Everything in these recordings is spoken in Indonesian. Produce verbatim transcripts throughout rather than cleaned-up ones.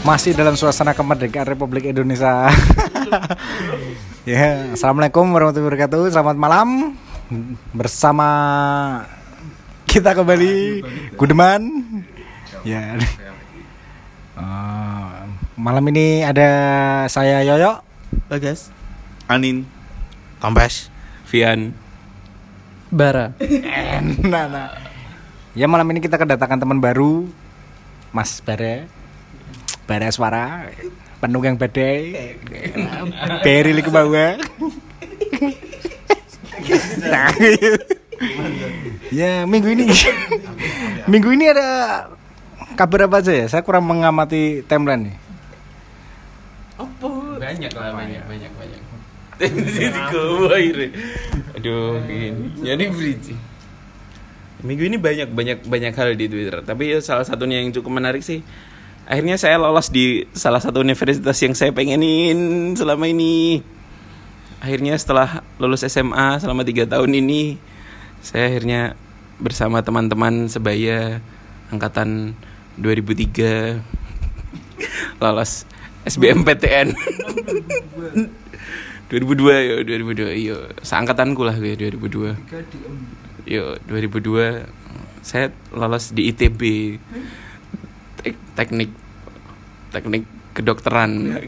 Masih dalam suasana kemerdekaan Republik Indonesia. Ya, assalamualaikum warahmatullahi wabarakatuh. Selamat malam. Bersama kita kembali Gudeman. Ya. Uh, malam ini ada saya Yoyo, Bagas, Anin, Kompes, Vian, Bara. Nah, nah. Ya malam ini kita kedatangan teman baru, Mas Bara. Bara suara, penunggang badai, beri ke bawah. Ya minggu ini, minggu ini ada kabar apa aja ya? Saya kurang mengamati timeline nih. Apa? Banyak lah, banyak, banyak, banyak. Jadi gue aduh, ini jadi bridge. Minggu ini banyak, banyak, banyak hal di Twitter. Tapi ya salah satunya yang cukup menarik sih. Akhirnya saya lolos di salah satu universitas yang saya pengenin selama ini. Akhirnya setelah lulus S M A selama tiga tahun ini, saya akhirnya bersama teman-teman sebaya angkatan dua ribu tiga lolos S B M P T N. dua ribu dua yo, dua ribu dua yo. Seangkatanku lah gue dua ribu dua. Yo, dua ribu dua saya lolos di I T B. teknik teknik kedokteran.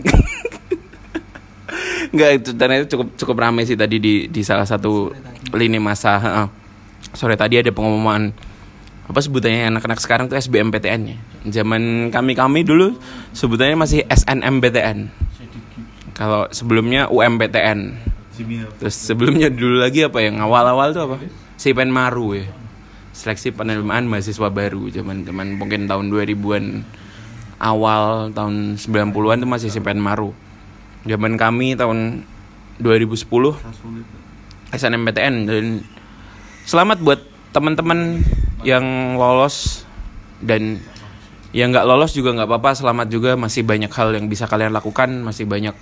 Enggak, itu ternyata cukup cukup ramai sih tadi di di salah satu lini masa. Heeh. Sore tadi ada pengumuman apa sebutannya anak-anak sekarang tuh S B M P T N ya. Zaman kami-kami dulu sebutannya masih S N M P T N. Kalau sebelumnya U M P T N. Terus sebelumnya dulu lagi apa yang awal-awal tuh apa? Sipen Maru ya. Seleksi penerimaan mahasiswa baru zaman-zaman mungkin tahun dua ribuan awal, tahun sembilan puluhan itu masih Sipen Maru. Zaman kami tahun dua ribu sepuluh S N M P T N. Dan selamat buat teman-teman yang lolos, dan yang nggak lolos juga nggak apa-apa, selamat juga, masih banyak hal yang bisa kalian lakukan, masih banyak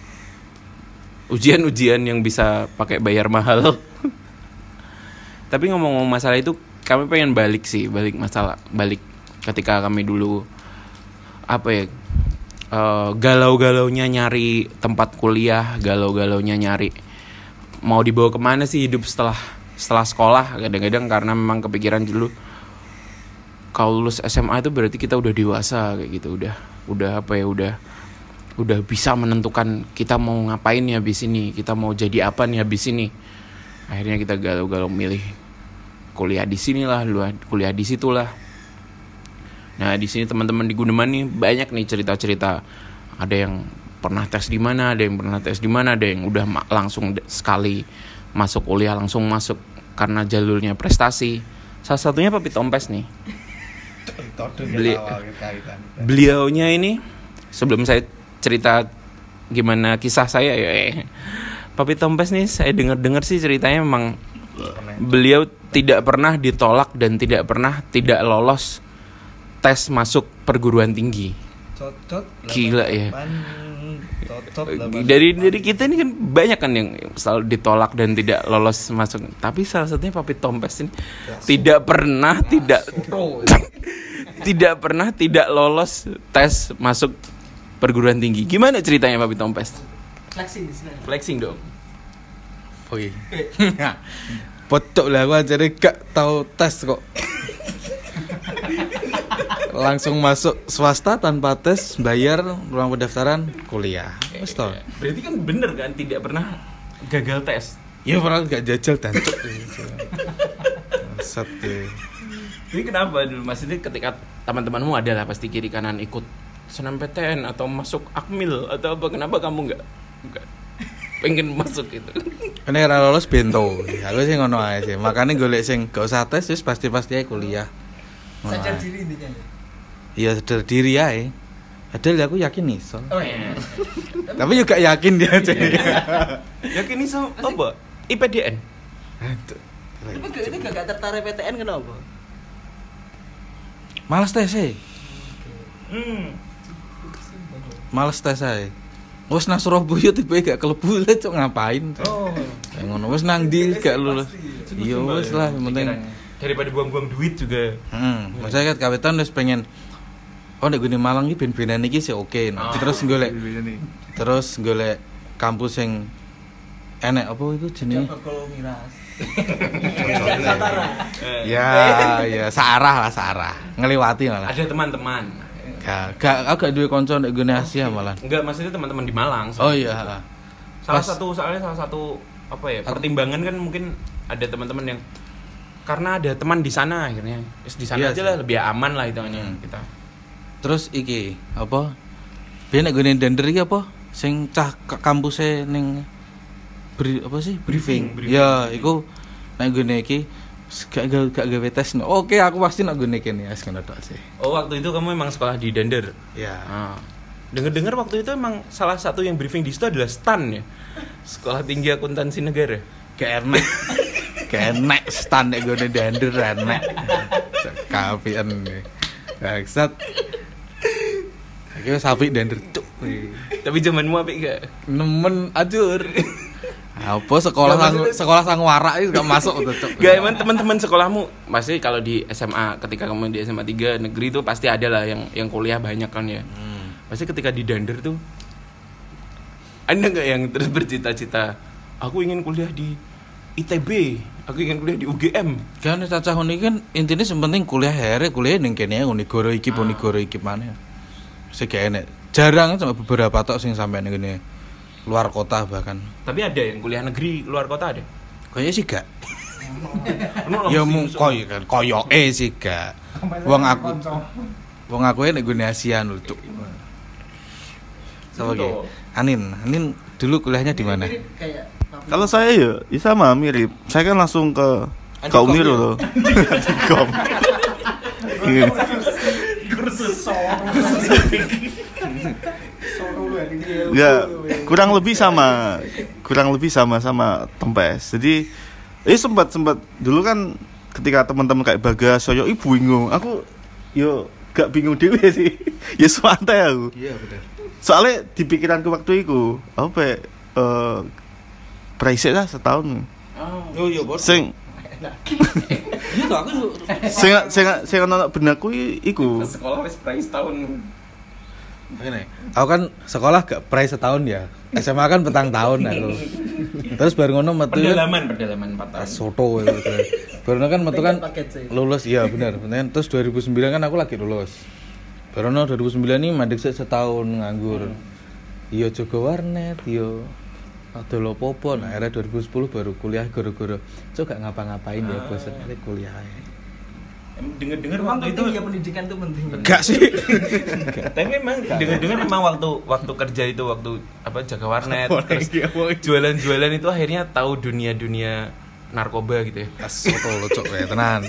ujian-ujian yang bisa pakai bayar mahal. Tapi ngomong-ngomong masalah itu, kami pengen balik sih, balik masalah, balik ketika kami dulu apa ya, uh, galau-galaunya nyari tempat kuliah, galau-galaunya nyari mau dibawa kemana sih hidup setelah setelah sekolah. Kadang-kadang karena memang kepikiran dulu kalau lulus S M A itu berarti kita udah dewasa kayak gitu, udah udah apa ya, udah udah bisa menentukan kita mau ngapain nih habis ini, kita mau jadi apa nih habis ini. Akhirnya kita galau-galau milih kuliah di sinilah, kuliah di situlah. Nah, di sini teman-teman di Gudeman nih banyak nih cerita-cerita. Ada yang pernah tes di mana, ada yang pernah tes di mana, ada yang udah ma- langsung de- sekali masuk kuliah langsung masuk karena jalurnya prestasi. Salah satunya Papi Tompes nih. Beli- beliaunya ini sebelum saya cerita gimana kisah saya ya, eh. Papi Tompes nih saya dengar-dengar sih ceritanya memang beliau tidak pernah ditolak dan tidak pernah tidak lolos tes masuk perguruan tinggi. Gila ya. Dari dari kita ini kan banyak kan yang selalu ditolak dan tidak lolos masuk. Tapi salah satunya Papi Tompes ini tidak pernah tidak tidak pernah tidak lolos tes masuk perguruan tinggi. Gimana ceritanya Papi Tompes? Flexing, Flexing dong. Oke. Pocok lah, gua jadi gak tahu tes kok. Langsung masuk swasta tanpa tes, bayar ruang pendaftaran kuliah. Wes toh. Berarti kan bener kan tidak pernah gagal tes. Ya pernah gak jajal dan cuk. Set deh. Jadi kenapa dulu maksudnya ketika teman-temanmu adalah pasti kiri kanan ikut S N M P T N atau masuk Akmil atau apa, kenapa kamu enggak enggak pengen masuk itu? Karena ora lolos bento. Aku sih ngono ae sih. Makane golek sing gak usah tes wis pasti-pasti ae kuliah. Sadar diri intinya. Iya, sadar diri ae. Padahal aku yakin iso. Oh iya. Tapi juga yakin dia aja. Yakin iso apa? I P D N. Tapi ini gak tertarik P T N kenapa? Males tes e. Hmm. Males tes ae. Wes nang Surabaya tiba gak kelebu lah cok ngapain? Oh. Ya ngono wes nang ndi gak lulus. Iya wes lah yang penting daripada buang-buang duit juga. Heeh. Maksudnya kan kawetan wis pengen oh nek gone Malang iki ben-benan iki sih oke. Nah, terus golek terus golek kampus yang enek apa itu jenenge? Bakal miras. Ya, ya searah lah searah. Ngliwati malah. Ada teman-teman. Gak gak aku gak duwe kanca nek gone Asia malah. Enggak, maksudnya teman-teman di Malang. Oh iya. Salah Pas- satu soalnya salah satu apa ya? Pertimbangan kan mungkin ada teman-teman yang karena ada teman di sana akhirnya. Terus di sana Iya aja sih. lah lebih aman lah hitungannya Hmm. kita. Terus iki apa? Biyen nek gone Dender iki apa? Sing cah k- kampuse ning beri, apa sih? Briefing. Briefing, Ya, briefing. iku nek gone iki gak gak gak gawe tes. No. Oke, aku pasti nek gone kene wis ngono tok sih. Oh, waktu itu kamu memang sekolah di Dender. Ya. Ah. Dengar-dengar waktu itu emang salah satu yang briefing di situ adalah STAN ya. Sekolah Tinggi Akuntansi Negara. Gak enak. Gak enak stand nek gone Dender enak. Kapian. Bangsat. Iki wis apik Dender cuk. Tapi zamanmu apik gak? Nemen ajur. Apa sekolah Gak, sang maksudnya- sekolah sang warak itu gak masuk tuh cuk. Gak, emang teman-teman sekolahmu pasti kalau di S M A, ketika kamu di S M A tiga negeri itu pasti ada lah yang yang kuliah banyak kan ya. Hmm. Pasti ketika di Dender tuh ada nggak yang terus bercita-cita aku ingin kuliah di I T B, aku ingin kuliah di U G M. Kan cacah ngono iki kan intine sing penting kuliah here kuliah ning kene ngono negara iki pun Ah. negara iki maneh. Sing gak enek. Jarang cuma beberapa tok sing sampai ning ngene luar kota bahkan. Tapi ada yang kuliah negeri luar kota ada. Kayaknya sih gak. Ono Ya langsung mung masuk. koyo kan koyoke sih gak. Wong aku wong aku nek gone Asia lho cuk. Sapa ki? Anin, Anin dulu kuliahnya di mana? Kayak Kalau saya ya, ya sama mirip. Saya kan langsung ke ke Antikom Unir ya? loh. Antikom. Iya. Ya, kurang lebih sama. Kurang lebih sama sama Tempes. Jadi eh sempat sempat dulu kan ketika teman-teman kayak Bagas, Soyo, ibu bingung. Aku yo gak bingung dewe sih. Ya santai aku. Iya benar. Soalnya di pikiranku waktu itu apa ya, eh Praise lah setahun. Oh iya bos. Sing Iya tuh aku sing sing sing ana benakku i- iku. Sekolah wis price tahun. Ini, aku kan sekolah gak price setahun ya. S M A kan petang tahun aku. Terus baru ngono metu kan Pendalaman, pendalaman empat tahun. soto itu. Baru kan metu kan paket sih. lulus, iya benar. Bener. Terus dua ribu sembilan kan aku lagi lulus. Baru no dua ribu sembilan ini mandek sik setahun nganggur. Iya jaga warnet, yo ada lo popo. Nah, akhirnya dua ribu sepuluh baru kuliah goro-goro. Cok gak ngapa-ngapain ya bos, akhirnya kuliah. Dengar-dengar Memang waktu itu penting ya pendidikan itu penting. Gak sih. tapi memang dengar-dengar memang waktu waktu kerja itu waktu apa jaga warnet terus jualan-jualan itu akhirnya tahu dunia-dunia narkoba gitu ya. Tas soto lo cok ya tenan.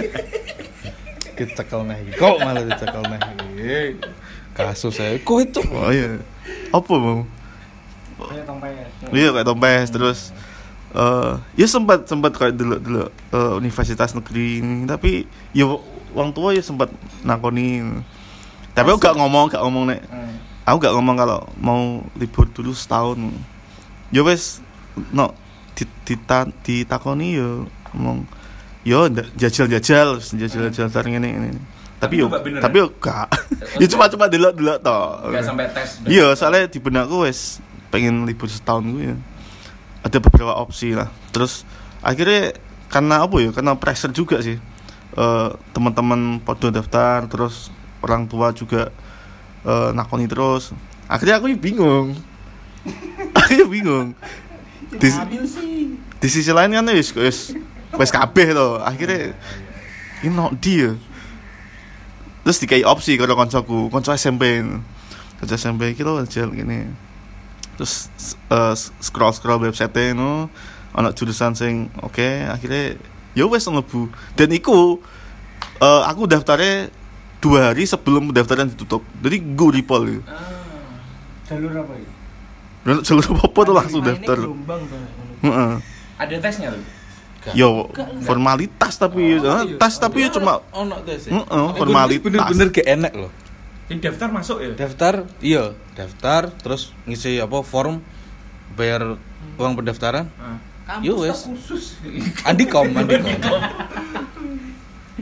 Dicekel neh iki. Kok malah dicekel neh iki. Kasus saya. Kok itu? Oh iya. Apa mau? Kayak Tempes. Iya kayak Tempes terus eh ya sempat sempat kayak dulu dulu eh, universitas negeri ini, tapi ya orang tua ya sempat nakoni. Tapi aku gak ngomong gak ngomong nek. Hmm. Aku gak ngomong kalau mau libur dulu setahun. Ya wes no dita ditakoni yo ngomong yo ndak jajal-jajal jajal-jajal tar ngene ngene. Tapi yo nyoba beneran? tapi yo gak. Ya cuma-cuma delok-delok tok. Enggak sampai tes. Iya, soalnya di benakku wes pengen libur setahun gue ya. Ada beberapa opsi lah. Terus akhirnya karena apa ya? Karena pressure juga sih. Eh teman-teman podo daftar, terus orang tua juga eh nakoni terus. Akhirnya aku bingung. Akhirnya bingung. Di, di sisi lain kan wis wis wis kabeh to. Akhirnya ini no dia. Terus dikai opsi karo koncoku, konco S M P. Konco S M P iki lho jel gini. Terus uh, scroll-scroll website no ana jurusan sing oke, okay, akhirnya ya wis mlebu. Dan iku uh, aku daftarnya dua hari sebelum pendaftaran ditutup. Jadi gue repol gitu. Jalur apa ya? Dan seluruh apa tuh langsung daftar. Gelombang tuh. Heeh. Ada tesnya tuh. Yo formalitas tapi oh, tes tapi ya cuma ono tes. heeh, formalitas. Bener-bener gak enak loh. Ini daftar masuk ya? Daftar, iya, daftar terus ngisi apa form bayar uang pendaftaran. Ah. Yo wes. Khusus. Andikom, Andikom.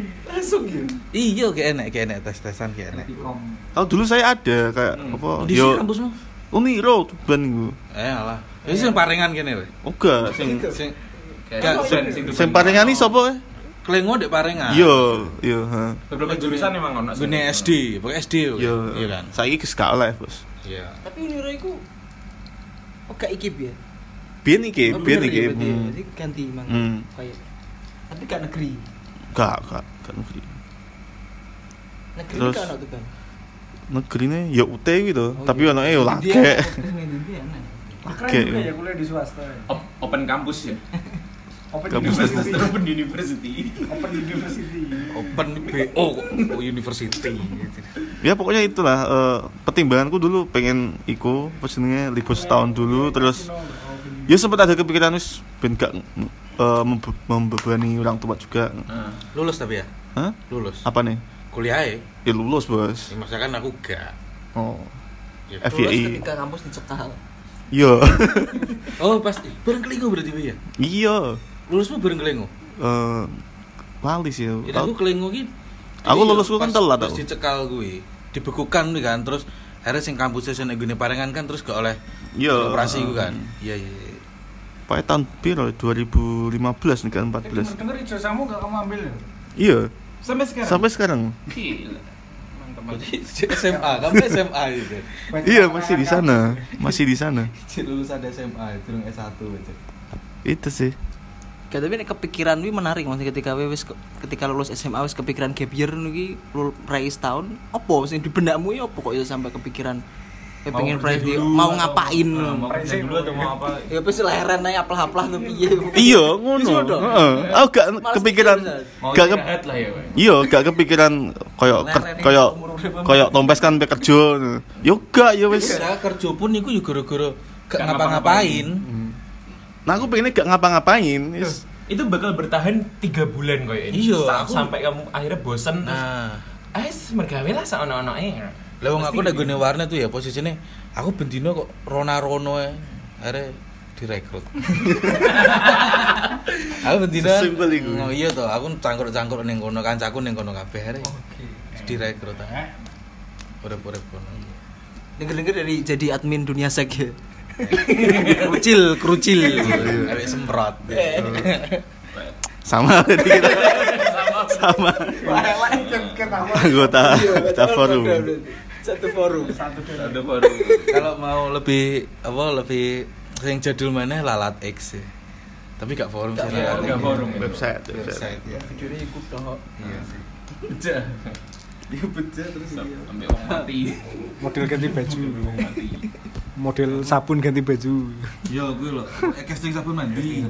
langsung ya. Iya, kayak enek, kayak enek tes-tesan kayak enek. Kalau dulu saya ada kayak apa? Di Yo, sini kampusmu? Uniro Tuban iku. Eh alah. Ini sing paringan kene lho. Oga sing Sing Kayak Gak, sing sing paringan iki sapa? eh? Klengo ndek paringan. Yo, yo, ha. beberapa jurusan emang ono. Gune S D, pokoknya S D yo. Yo, Iya kan. saiki wis gak oleh, Bos. Iya. Tapi Uniro iku oh gak ikip ya. Biyen iki, Oh, biyen bener iki. ya, berarti. Hmm. Jadi ganti mang. Hmm. Kayak tapi gak negeri. Gak, gak, gak negeri. Negeri Terus? kan tuh kan. Negerine ya U T gitu, Oh, tapi iya. ono e yo Dia- lage. dia enak. Lage. kuliah di swasta. Open kampus ya. Open Kampus University. Open University. Open University. Open B O oh, University. Ya pokoknya itulah eh, pertimbanganku dulu pengen iku apa jenenge libur setahun dulu terus ya sempat ada kepikiran wis ben gak eh, membe- membebani orang tua juga. Lulus tapi ya? Hah? Lulus. Apa nih? Kuliah ya? Ya lulus, Bos. Ya, maksudnya kan aku gak. Oh. Ya. F Lulus Y I. ketika kampus dicekal. Iya. Oh, pasti. Bareng kelingo berarti ya? Iya. Lulusmu bareng kelingo? Eh lali sih. Ya aku kelingo ki. Aku lulusku kan Pas- telat Pas aku. dicekal kuwi, dibekukan kuwi kan, terus akhirnya sing kampusnya sing nggone parengan kan terus gak oleh Iya. operasi ku kan. Iya iya iya. Pakai tahun piro? dua ribu lima belas nih kan empat belas. Dengar ijazahmu gak kamu ambil ya? Iya. Sampai sekarang. Sampai sekarang. Gila. Mantap banget. Jadi S M A, kamu S M A gitu. Iya, masih di sana. Masih di sana. Jadi lulusan S M A, durung S satu aja. Itu sih. Kayak tapi nek kepikiran wi menarik maksudnya ketika we wis ke- ketika lulus S M A wis kepikiran gap year niki rai setahun opo sing di benakmu ya opo kok ya sampai kepikiran we Mau pengen kerja rai di- dulu mau atau- ngapain Mau kerja dulu atau mau apa? ya wis leren ae aplah-aplah tuh piye Iya, ngono. Wis ngono. Heeh. Aku gak Malas kepikiran. mikir, Mau Gak ke, istirahat lah ya, Pak. iya, gak kepikiran koyo ker- koyo koyo tompes kan pe kerja. Yo gak ya wis. Saya kerja pun niku yo gara-gara gak Gak ngapa-ngapain. Nah, aku pengennya gak ngapa-ngapain. Yes. Itu bakal bertahan tiga bulan kok ini. Iya, Sa- aku- sampai kamu akhirnya bosen terus. Nah, Ah, mergawe lah saono-onoe. lah wong aku nek gone warnet tuh ya posisine aku bendino kok rona-rono ae. Akhirnya direkrut. Aku bendino. Sesimpel iku. Oh iya toh, aku cangkruk-cangkruk ning kono, kancaku ning kono kabeh akhirnya. Direkrut ae. Urip-urip kono. denger-denger dari jadi admin dunia sek ya kerucil kerucil Awek semprot. Sama berarti kita. Sama. Anggota anggota forum. satu forum Ada baru. Kalau mau lebih apa lebih sing jadul mana lalat X ya. Tapi gak forum sih Iya, lalat gak X. forum. Website, website. Website ya. videonya ikut toh Iya sih. Beja. dia pecah terus dia Sampai orang mati. Model ganti baju. Orang mati. Model sabun ganti baju. Yo gue lo, casting sabun mandi.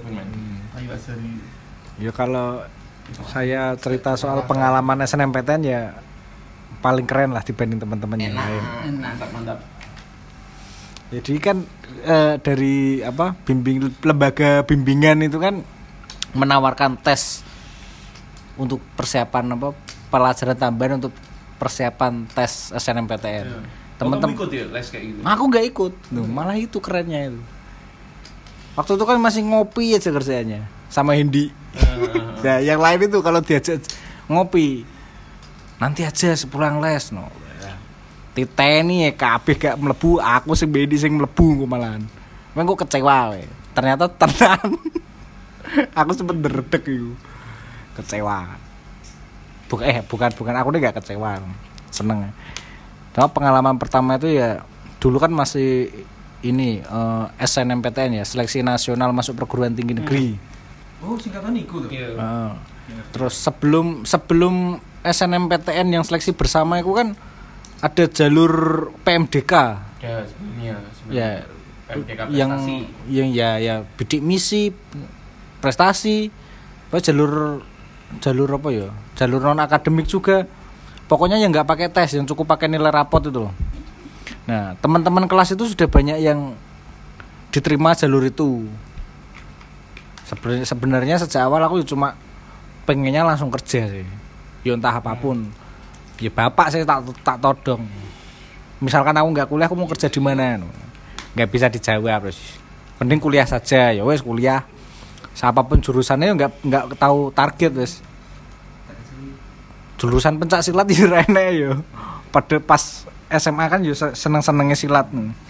Ya kalau saya cerita soal pengalaman S N M P T N ya paling keren lah dibanding teman-teman yang lain. Mantap, mantap. Jadi kan eh, dari apa bimbing lembaga bimbingan itu kan menawarkan tes untuk persiapan apa pelajaran tambahan untuk persiapan tes S N M P T N. Teman-teman ikut ya les kayak gitu. aku nggak ikut, Duh, malah itu kerennya itu. Waktu itu kan masih ngopi aja kerjanya sama Hendy. Nah, yang lain itu kalau diajak ngopi nanti aja sepulang les no. Titeni ya kabeh gak mlebu, aku sing bedi sing mlebu kok malahan. Memang kok kecewa we. Ternyata tenan. Aku sempet dredeg iku. Kecewa. Bukan eh bukan bukan aku nih gak kecewa. Seneng. Cuma pengalaman pertama itu ya dulu kan masih ini eh, S N M P T N ya, seleksi nasional masuk perguruan tinggi negeri. Oh singkatan iku tuh. Iya. Heeh. Terus sebelum sebelum S N M P T N yang seleksi bersama itu kan ada jalur P M D K. Ya, sebelumnya. sebelum Ya P M D K yang prestasi. yang ya ya bidik misi prestasi apa jalur jalur apa ya jalur non akademik juga pokoknya yang nggak pakai tes yang cukup pakai nilai rapot itu loh. Nah teman-teman kelas itu sudah banyak yang diterima jalur itu. Sebenarnya sebenarnya sejak awal aku cuma pengennya langsung kerja sih ya entah apapun ya bapak saya tak tak todong misalkan aku nggak kuliah aku mau kerja di mana nggak bisa dijawab terus mending kuliah saja ya wes kuliah siapapun jurusannya nggak nggak tahu target wes jurusan pencak silat yo enek yo. Pada pas S M A kan yo seneng-senenge silat.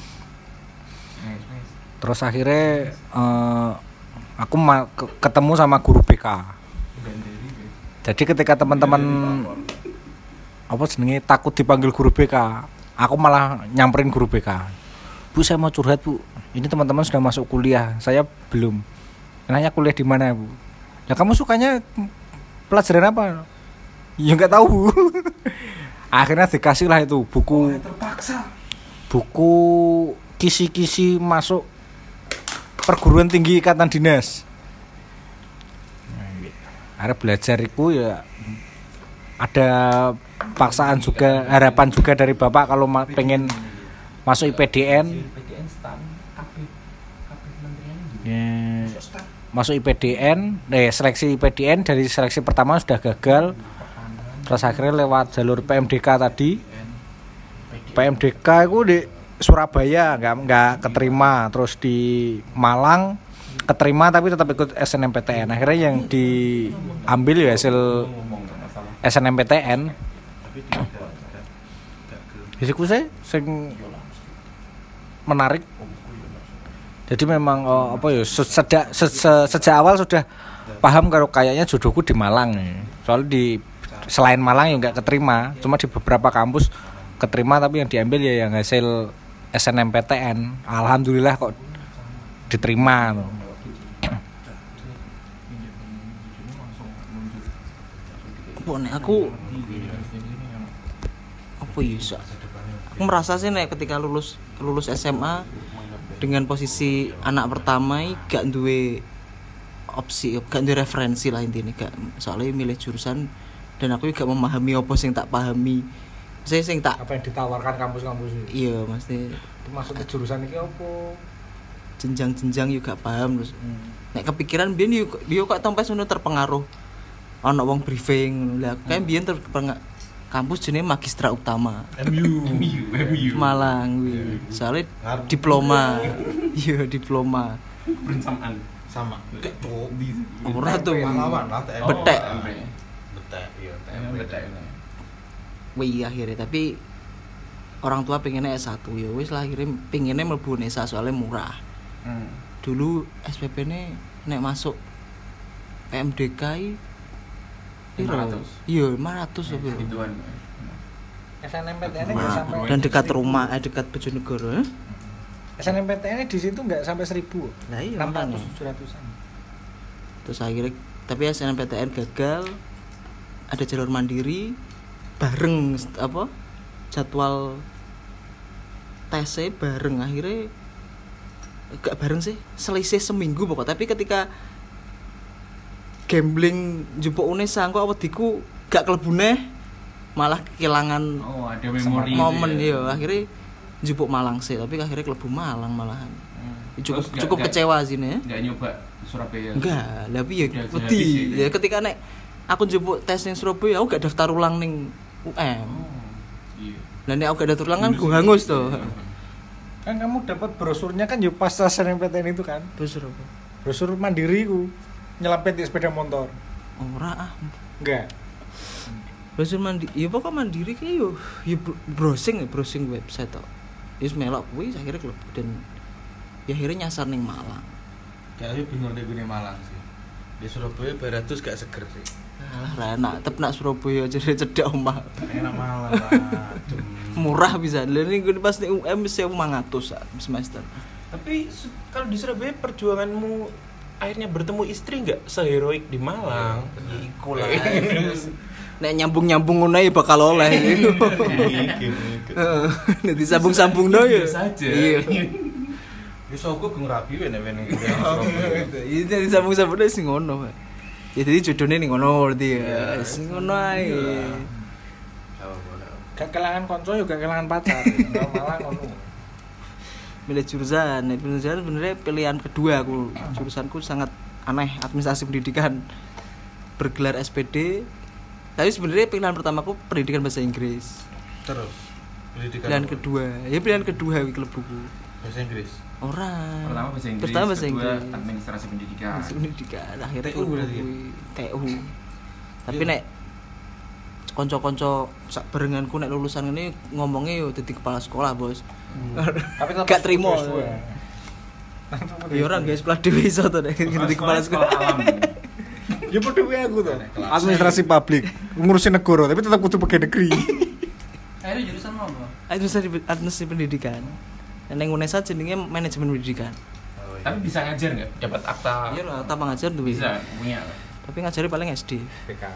Terus akhirnya uh, aku ma- ketemu sama guru B K. Jadi ketika teman-teman apa jenenge takut dipanggil guru B K, aku malah nyamperin guru B K. Bu, saya mau curhat, Bu. Ini teman-teman sudah masuk kuliah, saya belum. Enaknya kuliah di mana, Bu? Ya kamu sukanya pelajaran apa? Ya nggak tahu. Akhirnya dikasih lah itu buku. Terpaksa. Buku kisi-kisi masuk perguruan tinggi ikatan dinas. Akhirnya belajar itu ya ada paksaan juga, harapan juga dari bapak kalau ma- pengen masuk I P D N. Ya, masuk I P D N, eh, seleksi I P D N dari seleksi pertama sudah gagal. Terus akhirnya lewat jalur P M D K tadi. P M D K itu di Surabaya nggak nggak keterima, terus di Malang keterima tapi tetap ikut S N M P T N. Akhirnya yang diambil ya hasil S N M P T N. Isiku saya sing menarik. Jadi memang oh, apa ya sejak se, se, sejak awal sudah paham kalau kayaknya jodohku di Malang nih. Soalnya di selain Malang ya nggak keterima, cuma di beberapa kampus keterima tapi yang diambil ya yang hasil S N M P T N. Alhamdulillah kok diterima. Apa nih aku apa ya so, aku merasa sih nek ketika lulus lulus S M A dengan posisi anak pertama gak duwe opsi, gak duwe referensi lah intinya, gak soalnya milih jurusan dan aku gak memahami apa sing tak pahami. Saya sing tak Apa yang ditawarkan kampus-kampus ini? iya mesti Masuk ke jurusan ini apa? jenjang-jenjang juga paham terus. Hmm. Nek kepikiran biyen yo yo kok tampes ngono terpengaruh. Ana wong briefing lha kae biyen terpengaruh kampus jenenge Magistra Utama. M U. M U, M U. Malang kuwi. Soale diploma. Iya, diploma. Perensamaan. Sama. Kayak cowok di Ora tuh. pahlawan lah T M. Betek. Betek, iya T M. Betek. Wih akhirnya tapi orang tua pengennya S satu ya wis lah akhirnya pengennya mlebu N E S A soalnya murah. Hmm. Dulu S P P ne nek masuk P M D K i piro? lima ratus. Iya, lima ratus apa piro? Gituan. S N M P T N nggak sampai. Dan dekat rumah, eh dekat Bojonegoro. Eh? S N M P T N di situ nggak sampai seribu. Nah, iya, enam ratus makanya. tujuh ratusan. Terus akhirnya tapi S N M P T N gagal. Ada jalur mandiri bareng apa? Jadwal tesnya bareng akhirnya gak bareng sih, selisih seminggu pokok. Tapi ketika gambling njupuk Unesa kok wediku gak klebune malah kehilangan Oh, ada memori momen itu ya. Akhirnya njupuk Malang sih, tapi akhirnya klebu Malang malahan. Hmm. Cukup Terus cukup gak- kecewa sih nih. Enggak nyoba Surabaya. Enggak, tapi ya Udah habis wedi. itu. Ya ketika nek aku njupuk tes ning Surabaya aku gak daftar ulang ning U M. Oh. Iya. Lah nek aku gak daftar ulang kan gue hangus tuh. Kan kamu dapat brosurnya kan ya pas S N M P T N itu kan. Brosur apa? Brosur mandiri ku nyelempet di sepeda motor. Ora ah. Enggak. Brosur mandiri, ya pokok mandiri kayak yo, ya bro- browsing ya browsing website toh. Yus melok kuwi akhirnya klebu dan ya akhirnya nyasar ning Malang. Kayak bingung deh gini Malang sih. Di Surabaya beratus gak seger sih. Alah ra enak, tep nak Surabaya aja cedak omah. Enak Malang lah. Adem. Murah bisa. Lah ning gue pas ning U M wis seribu lima ratus semester. Tapi su- kalau di Surabaya perjuanganmu akhirnya bertemu istri nggak seheroik di Malang? Iku lah. Nek nyambung-nyambung ngono ya bakal oleh gitu. Heeh. Nek disambung-sambungno ya. Biasa aja. Iya. Wis aku gung rapi wae nek ning Surabaya. Iya jadi disambung-sambungno sing ngono. Ya jadi jodohnya ning ngono berarti ya. Sing ngono ae. Gak kelangan konco juga kelangan pacar. Malah ngono. Milih jurusan, nek jurusan sebenarnya pilihan kedua aku. Jurusanku sangat aneh, administrasi pendidikan. Bergelar S P D. Tapi sebenarnya pilihan pertamaku pendidikan bahasa Inggris. Terus pendidikan Pilihan apa? kedua, ya pilihan kedua iki klebuku. bahasa Inggris. Orang. Pertama bahasa Inggris, Pertama bahasa kedua Inggris. administrasi pendidikan. Administrasi pendidikan. Akhirnya T U berarti ya? T U. Tapi Iya. nek konco-konco sak barenganku nek lulusan ngene ngomongnya yo dadi kepala sekolah, Bos. Tapi tetap Gak trimo. S dua. Ya ora guys, sekolah dhewe iso to nek dadi kepala sekolah. alam. Ya padha wae aku to. Administrasi publik, ngurusin negara tapi tetap kudu pegawai negeri. Akhirnya jurusan apa? Administrasi administrasi pendidikan. Neng Unesa jenenge manajemen pendidikan. Tapi bisa ngajar nggak? Dapat akta? Iya lah, tanpa ngajar tuh Bisa punya. Tapi ngajari paling S D. B K.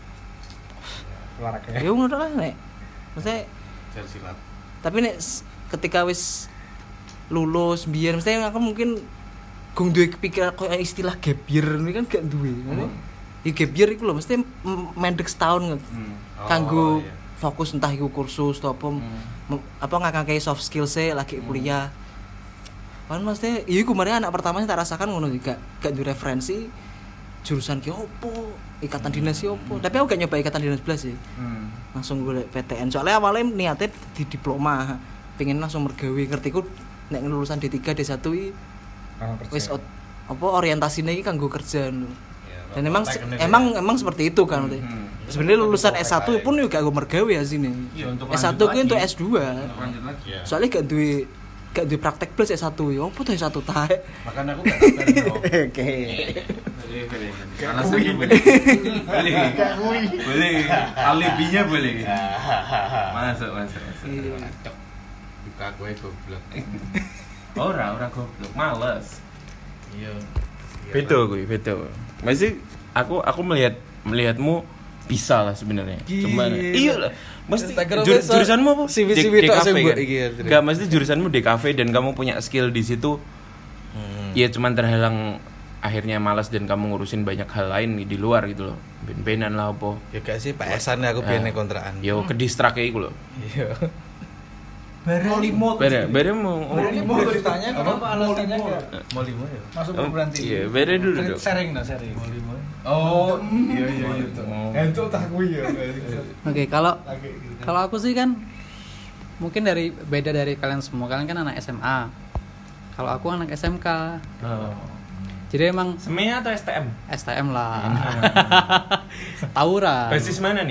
Olahraga. Ya ngono lah nek. Maksudnya Jar silat. tapi nek s- ketika wis lulus biyen mesti aku mungkin gong duwe kepikiran koyo istilah gap year ini kan gak duwe. Ngene. Ya gap year iku lho mesti m- mendek setahun kanggo iya. fokus entah iku kursus atau apa m- apa ngakake soft skill se lagi kuliah. Kan mesti iya iku mari anak pertama tak rasakan ngono juga gak duwe referensi jurusan ki opo, ikatan dinas ki opo. Tapi aku gak nyoba ikatan dinas belas sih. Hmm. Langsung golek P T N soalnya awalnya niatnya di diploma pengen langsung mergawe ngerti ku nek lulusan D tiga D satu i wis ot- apa orientasine iki kanggo kerja lho. Dan emang se- emang emang seperti itu kan. Hmm. Sebenarnya lulusan S satu pun juga gak mergawe ya sini. Iya, untuk S lanjut satu ku lagi. untuk S dua. Lanjut lagi. Soalnya gak duwe gak duwe praktek plus S satu ya. Opo tuh S satu tae. Makanya aku gak tabar bro. Oke. Boleh, boleh. Alasannya boleh. Boleh. Boleh. Alibinya boleh. Masuk, masuk, masuk. Buka gue goblok. Ora, ora goblok, males. Iya. Beda gue, beda. Masih aku aku melihat melihatmu bisa lah sebenarnya. Cuman iya lah. Mesti Tak kira jur- besok jurusanmu apa? C V C V D- tok D K V sing mbok kan? iki ya, Dre. Enggak, mesti jurusanmu D K V dan kamu punya skill di situ. Ya cuman terhalang akhirnya malas dan kamu ngurusin banyak hal lain di luar gitu loh. Ben-benan lah apa. Ya gak sih P S-an aku biyen ning kontrakan. Yo ke distrak iku lho. Iya. Bare, bare mau Mau ditanya kenapa alasannya enggak Mau lima ya? masuk Oh, perguruan tinggi? iya, beda dulu dong. Sharing nah, sharing. Oh, iya iya iya. Oh. Itu tak kuwi ya. Oke, kalau kalau aku sih kan mungkin dari beda dari kalian semua. Kalian kan anak S M A. Kalau aku anak S M K. Oh. Jadi emang Semea atau S T M? S T M lah. Tawuran. Basis mana nih?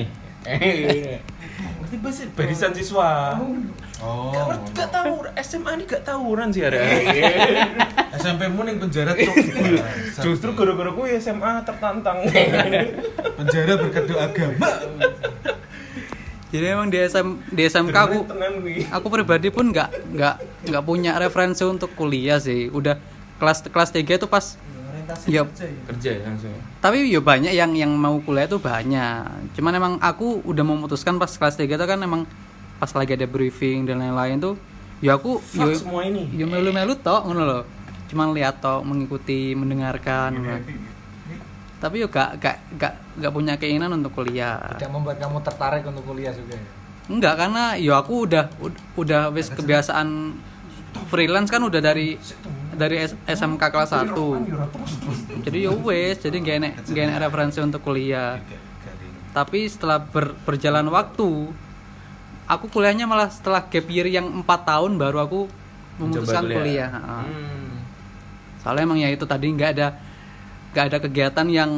Berarti basis barisan siswa. Oh. Gak tahu S M A ini gak tawuran sih ada. S M P-mu ning penjara cuk. Justru gara-gara gue S M A tertantang. penjara berkedok agama. Jadi emang di S M di S M K aku Tenan gue. aku pribadi pun nggak nggak nggak punya referensi untuk kuliah sih. Udah kelas kelas tiga itu pas ya Kerja langsung. tapi ya banyak yang yang mau kuliah itu banyak. Cuman emang aku udah memutuskan pas kelas tiga itu kan emang pas lagi ada briefing dan lain-lain tuh ya aku Fuck ya, semua ini. ya melu-melu tok ngono loh. Cuman lihat tok, mengikuti, mendengarkan. ngono. Tapi yo gak gak gak gak punya keinginan untuk kuliah. Tidak membuat kamu tertarik untuk kuliah juga. Enggak, karena yo aku udah ud- udah wis kebiasaan freelance kan udah dari dari S- SMK kelas satu. Jadi yo wis, jadi gak enek gak enek referensi untuk kuliah. Tapi setelah ber- berjalan waktu, aku kuliahnya malah setelah gap year yang empat tahun baru aku memutuskan Mencoba kuliah. kuliah. Heeh. Hmm. Soalnya emang ya itu tadi nggak ada nggak ada kegiatan yang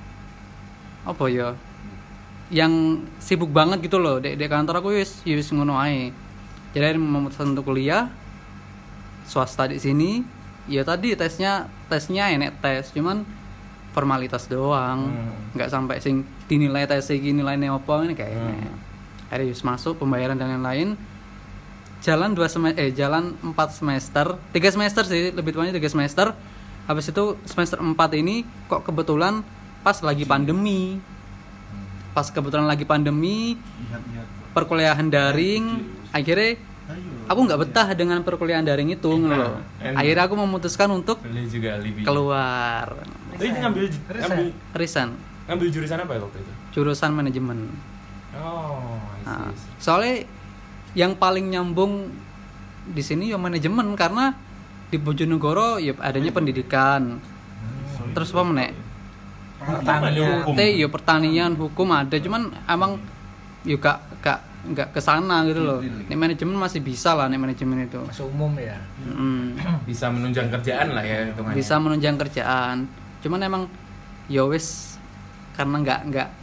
apa ya yang sibuk banget gitu loh di, di kantor aku wis ya wis ngono ae. Jadi akhirnya memutuskan untuk kuliah swasta di sini. Ya tadi tesnya tesnya enek tes cuman formalitas doang, nggak sampai sing dinilai tes iki nilainya apa ini kayak enek. Akhirnya wis masuk pembayaran dan lain-lain. Jalan dua semester eh jalan empat semester, tiga semester sih lebih tepatnya tiga semester. Habis itu semester empat ini kok kebetulan pas lagi pandemi. Pas kebetulan lagi pandemi, perkuliahan daring, akhirnya aku nggak betah dengan perkuliahan daring itu ngono loh. Akhirnya aku memutuskan untuk Boleh juga alibi. keluar. Tapi ngambil ngambil Resign, ngambil jurusan apa ya waktu itu? jurusan manajemen. Oh, I see, Nah, I see. soalnya yang paling nyambung di sini ya manajemen karena di Bojonegoro ya adanya pendidikan. Terus apa meneh? Pertanian. T ya pertanian, hukum ada, cuman emang ya gak gak gak kesana gitu loh. Nek manajemen masih bisa lah nek manajemen itu. Masih umum ya. Mm, Bisa menunjang kerjaan lah ya hitungannya. bisa menunjang kerjaan. Cuman emang ya wis karena nggak nggak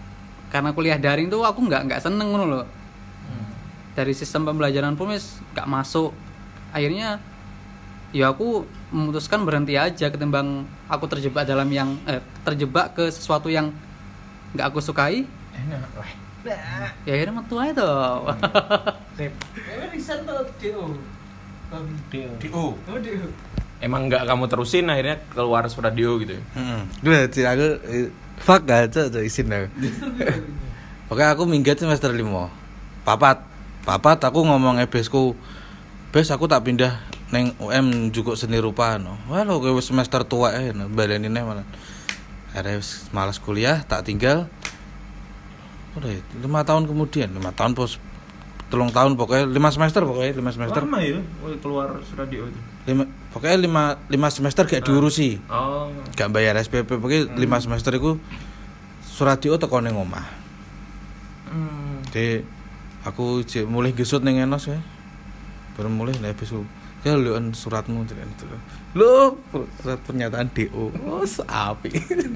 karena kuliah daring tuh aku nggak nggak seneng ngono loh. Dari sistem pembelajaran pun wis nggak masuk. Akhirnya ya aku memutuskan berhenti aja ketimbang aku terjebak dalam yang eh, terjebak ke sesuatu yang nggak aku sukai. Enak lah. Ya akhirnya metu aja tuh. Riset tuh D O. D O. Emang nggak kamu terusin akhirnya keluar surat D O gitu ya? Heeh. Dua sih aku eh, fuck aja tuh isin aku. Pokoknya aku minggat semester lima. Papat. Papat aku ngomong e besku. Bes aku tak pindah neng U M juga seni rupa no. Wah lo kowe semester tua eh no. Baleni neh malah. Akhirnya malas kuliah tak tinggal. Udah lima tahun kemudian, lima tahun pos telung tahun pokoknya lima semester pokoknya lima semester. Lama ya keluar surat D O itu. Lima, pokoknya lima, lima semester gak diurusi. Oh. Gak bayar S P P pokoknya lima semester itu surat D O teko ning omah. Hmm. Jadi aku jek mulai gesut ning Enos ya. Baru mulai nek besok. Ya lihat suratmu jadi itu. Loh, surat pernyataan D O. Oh, sapi.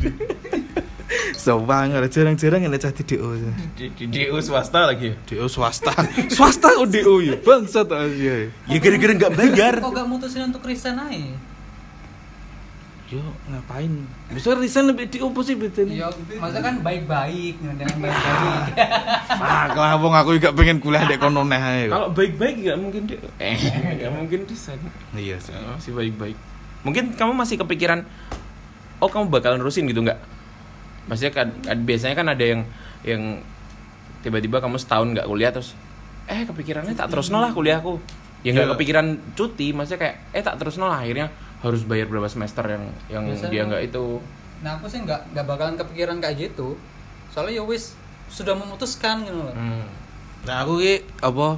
So banget jarang-jarang yang cah di D O. Di, di D O swasta lagi ya? D O swasta. Swasta kok D O ya? Bangsat aja. Ya gara-gara enggak bayar. Kok gak mutusin untuk resign aja? Yo, ngapain? Bisa resign lebih D O apa sih bedanya? Iya, maksudnya kan baik-baik dengan baik-baik. Fuck lah, wong aku juga pengen kuliah dek kono neh ae. Kalau baik-baik nggak mungkin D O. Eh, nggak mungkin desain. Iya sih. Masih baik-baik. Mungkin kamu masih kepikiran, oh kamu bakal nerusin gitu nggak? Maksudnya kan biasanya kan ada yang yang tiba-tiba kamu setahun nggak kuliah terus, eh kepikirannya tak terus nolah kuliahku. Ya nggak Iya. kepikiran cuti, maksudnya kayak eh tak terus nolah akhirnya harus bayar berapa semester yang yang Biasanya- dia nggak itu. Nah aku sih nggak nggak bakalan kepikiran kayak gitu. Soalnya ya wis sudah memutuskan gitu loh. Hmm. Nah, aku ki apa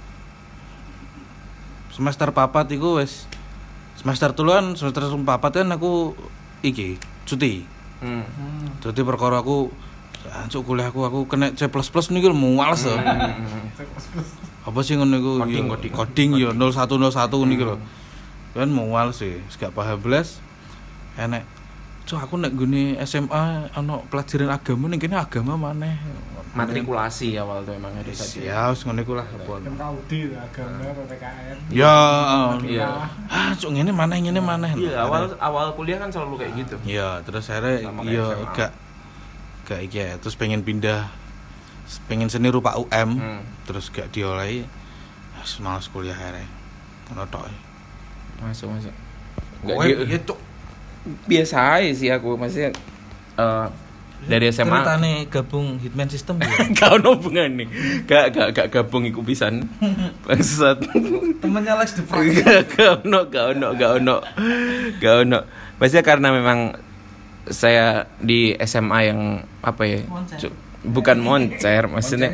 semester papat iku wis semester tuluan semester papat kan aku iki cuti. Hmm. Cuti perkara aku ancuk kuliahku aku kena C plus plus niki lho males lho. Apa sih ngono iku? Coding, Ya, coding. coding ya nol satu nol satu niki lho. Kan males sih, gak paham belas. Enek Cuk aku nek nggone S M A ana pelajaran agama ning kene agama maneh. Matrikulasi awal tuh emang harus tadi. Ya wis ngono iku lah apa. Audi agama P P K N. Ya, Iya. ah cuk ngene maneh ngene maneh. Iya, awal awal kuliah kan selalu kayak gitu. Iya, terus akhirnya Sama kayak iya S M A. gak gak iki ya, terus pengen pindah pengen seni rupa U M, Hmm. terus gak diolehi. Wis males kuliah akhirnya. Ngono tok. Masuk masuk. Nggak, Kowe dia- ya cuk biasa aja sih aku maksudnya eh, dari S M A ceritane gabung Hitman System ya. kau no hubungan nih gak gak gak gabung iku pisan bangsat Temennya Lex the Pro. gak ono gak ono gak ono gak ono maksudnya karena memang saya di S M A yang apa ya cu- bukan moncer maksudnya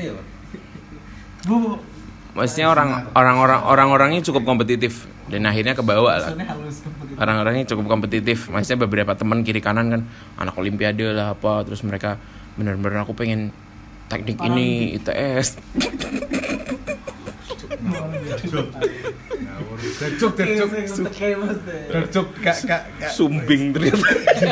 maksudnya orang orang-orang orang-orangnya cukup kompetitif dan akhirnya kebawa lah orang-orangnya cukup kompetitif maksudnya beberapa teman kiri kanan kan anak olimpiade lah apa terus mereka benar-benar aku pengen teknik ini I T S Gacuk gacuk. Gacuk gak gak gak. sumbing ternyata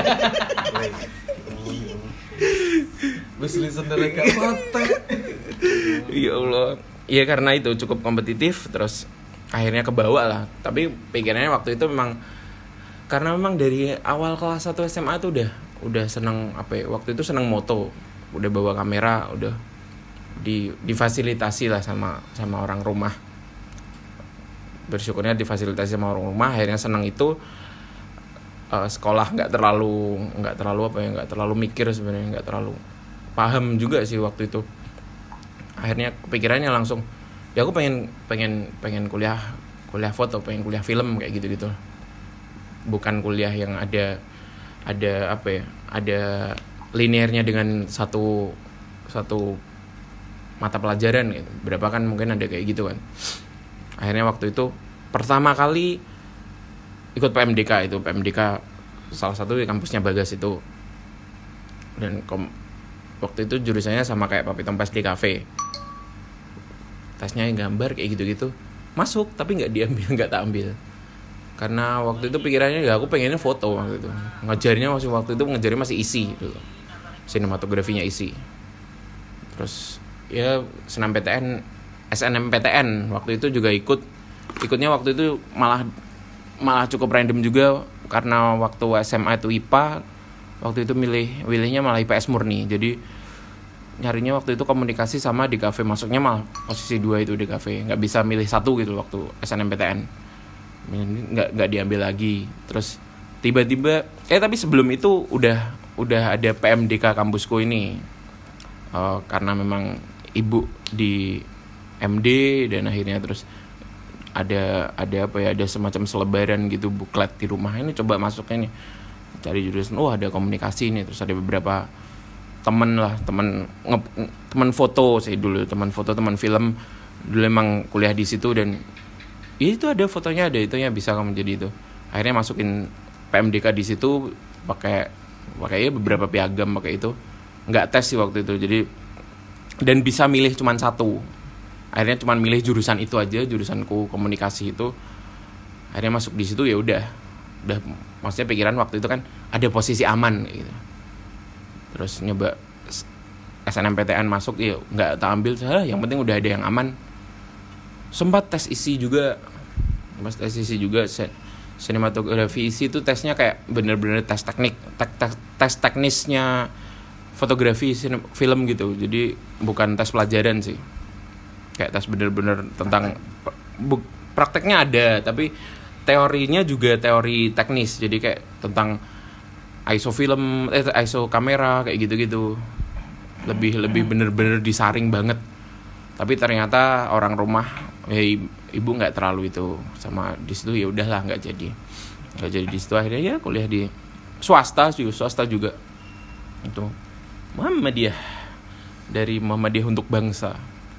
Wis listener gak mate. ya Allah ya karena itu cukup kompetitif terus akhirnya kebawa lah tapi pikirannya waktu itu memang karena memang dari awal kelas satu S M A tuh udah udah seneng apa ya waktu itu seneng moto udah bawa kamera udah di difasilitasi lah sama sama orang rumah bersyukurnya difasilitasi sama orang rumah akhirnya seneng itu eh, sekolah nggak terlalu nggak terlalu apa ya nggak terlalu mikir sebenarnya nggak terlalu paham juga sih waktu itu akhirnya kepikirannya langsung ya aku pengen pengen pengen kuliah kuliah foto pengen kuliah film kayak gitu gitu bukan kuliah yang ada ada apa ya ada linearnya dengan satu satu mata pelajaran gitu berapa kan mungkin ada kayak gitu kan akhirnya waktu itu pertama kali ikut P M D K itu P M D K salah satu di kampusnya Bagas itu dan kom- waktu itu jurusannya sama kayak Papi Tompas di kafe tesnya gambar kayak gitu-gitu masuk tapi nggak diambil nggak tak ambil karena waktu itu pikirannya ya aku pengennya foto waktu itu ngajarnya masih waktu itu ngajarnya masih isi dulu sinematografinya isi Terus ya SNMPTN SNMPTN waktu itu juga ikut ikutnya waktu itu malah malah cukup random juga karena waktu S M A itu I P A, waktu itu milih milihnya malah I P S murni. Jadi nyarinya waktu itu komunikasi sama D K V, masuknya malah posisi dua itu D K V, nggak bisa milih satu gitu waktu S N M P T N, nggak nggak diambil lagi. Terus tiba-tiba eh tapi sebelum itu udah udah ada P M D K kampusku ini, uh, karena memang ibu di M D dan akhirnya terus ada ada apa ya ada semacam selebaran gitu buklet di rumah, ini coba masuknya nih cari jurusan, oh ada komunikasi nih. Terus ada beberapa temen lah temen nge, temen foto sih dulu teman foto teman film dulu emang kuliah di situ, dan ya itu ada fotonya ada itunya bisa kamu jadi itu. Akhirnya masukin P M D K di situ pakai pakai ya beberapa piagam pakai itu, nggak tes sih waktu itu. Jadi dan bisa milih cuman satu, akhirnya cuman milih jurusan itu aja, jurusanku komunikasi itu. Akhirnya masuk di situ ya udah udah maksudnya pikiran waktu itu kan ada posisi aman gitu. Terus nyoba S N M P T N masuk ya nggak tak ambil salah, yang penting udah ada yang aman. Sempat tes isi juga, pas tes isi juga sinematografi isi itu tesnya kayak bener-bener tes teknik tes, tes, tes teknisnya fotografi sinem, film gitu. Jadi bukan tes pelajaran sih, kayak tes bener-bener tentang bu, prakteknya ada tapi teorinya juga teori teknis. Jadi kayak tentang I S O film, eh I S O kamera kayak gitu-gitu. Lebih lebih bener-bener disaring banget. Tapi ternyata orang rumah ya ibu nggak terlalu itu sama di situ, ya udahlah nggak jadi. Nggak jadi di situ, akhirnya ya kuliah di swasta sih, swasta juga. Itu Muhammadiyah, dari Muhammadiyah untuk Bangsa.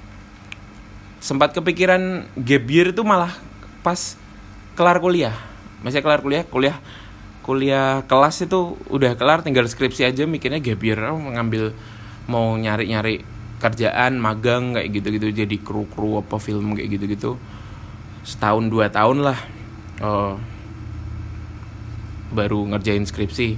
Sempat kepikiran gap year itu malah pas kelar kuliah. Masih kelar kuliah, kuliah kuliah kelas itu udah kelar, tinggal skripsi aja, mikirnya gap year, mengambil mau nyari-nyari kerjaan, magang kayak gitu-gitu, jadi kru-kru apa film kayak gitu-gitu. Setahun dua tahun lah oh, baru ngerjain skripsi.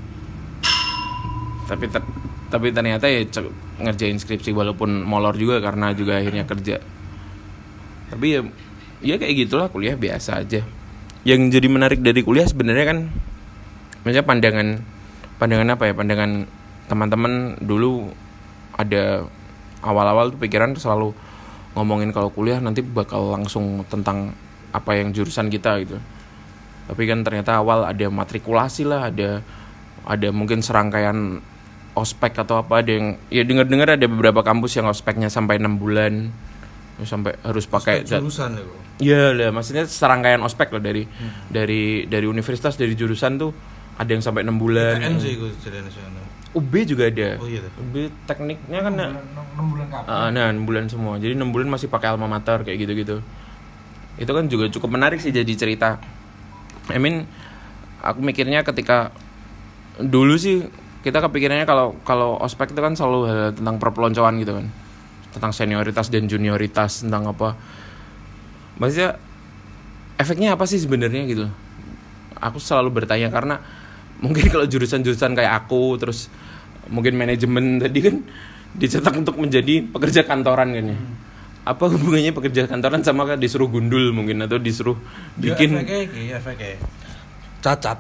Tapi ter- tapi ternyata ya c- ngerjain skripsi walaupun molor juga karena juga akhirnya kerja. Tapi ya ya kayak gitulah, kuliah biasa aja. Yang jadi menarik dari kuliah sebenarnya kan maksudnya pandangan pandangan apa ya? Pandangan teman-teman dulu ada awal-awal tuh pikiran selalu ngomongin kalau kuliah nanti bakal langsung tentang apa yang jurusan kita gitu. Tapi kan ternyata awal ada matrikulasi lah, ada ada mungkin serangkaian ospek atau apa, ada yang ya dengar-dengar ada beberapa kampus yang ospeknya sampai enam bulan, sampai harus pakai jurusan ya. Iya lah, maksudnya serangkaian ospek lah dari hmm. dari dari universitas, dari jurusan tuh ada yang sampai enam bulan. P T N sih gue jadi nasional. U B juga ada. Oh iya. U B tekniknya kan enam bulan kapan? Uh, nah, enam bulan semua. Jadi enam bulan masih pakai alma mater kayak gitu-gitu. Itu kan juga cukup menarik sih jadi cerita. I mean, aku mikirnya ketika dulu sih kita kepikirannya kalau kalau ospek itu kan selalu hal tentang perpeloncoan gitu kan. Tentang senioritas dan junioritas, tentang apa. Maksudnya efeknya apa sih sebenarnya gitu. Aku selalu bertanya karena mungkin kalau jurusan-jurusan kayak aku, terus mungkin manajemen tadi kan dicetak untuk menjadi pekerja kantoran kan ya. Hmm. Apa hubungannya pekerja kantoran sama kan disuruh gundul mungkin, atau disuruh bikin ya, efeknya, ya, efeknya. Cacat.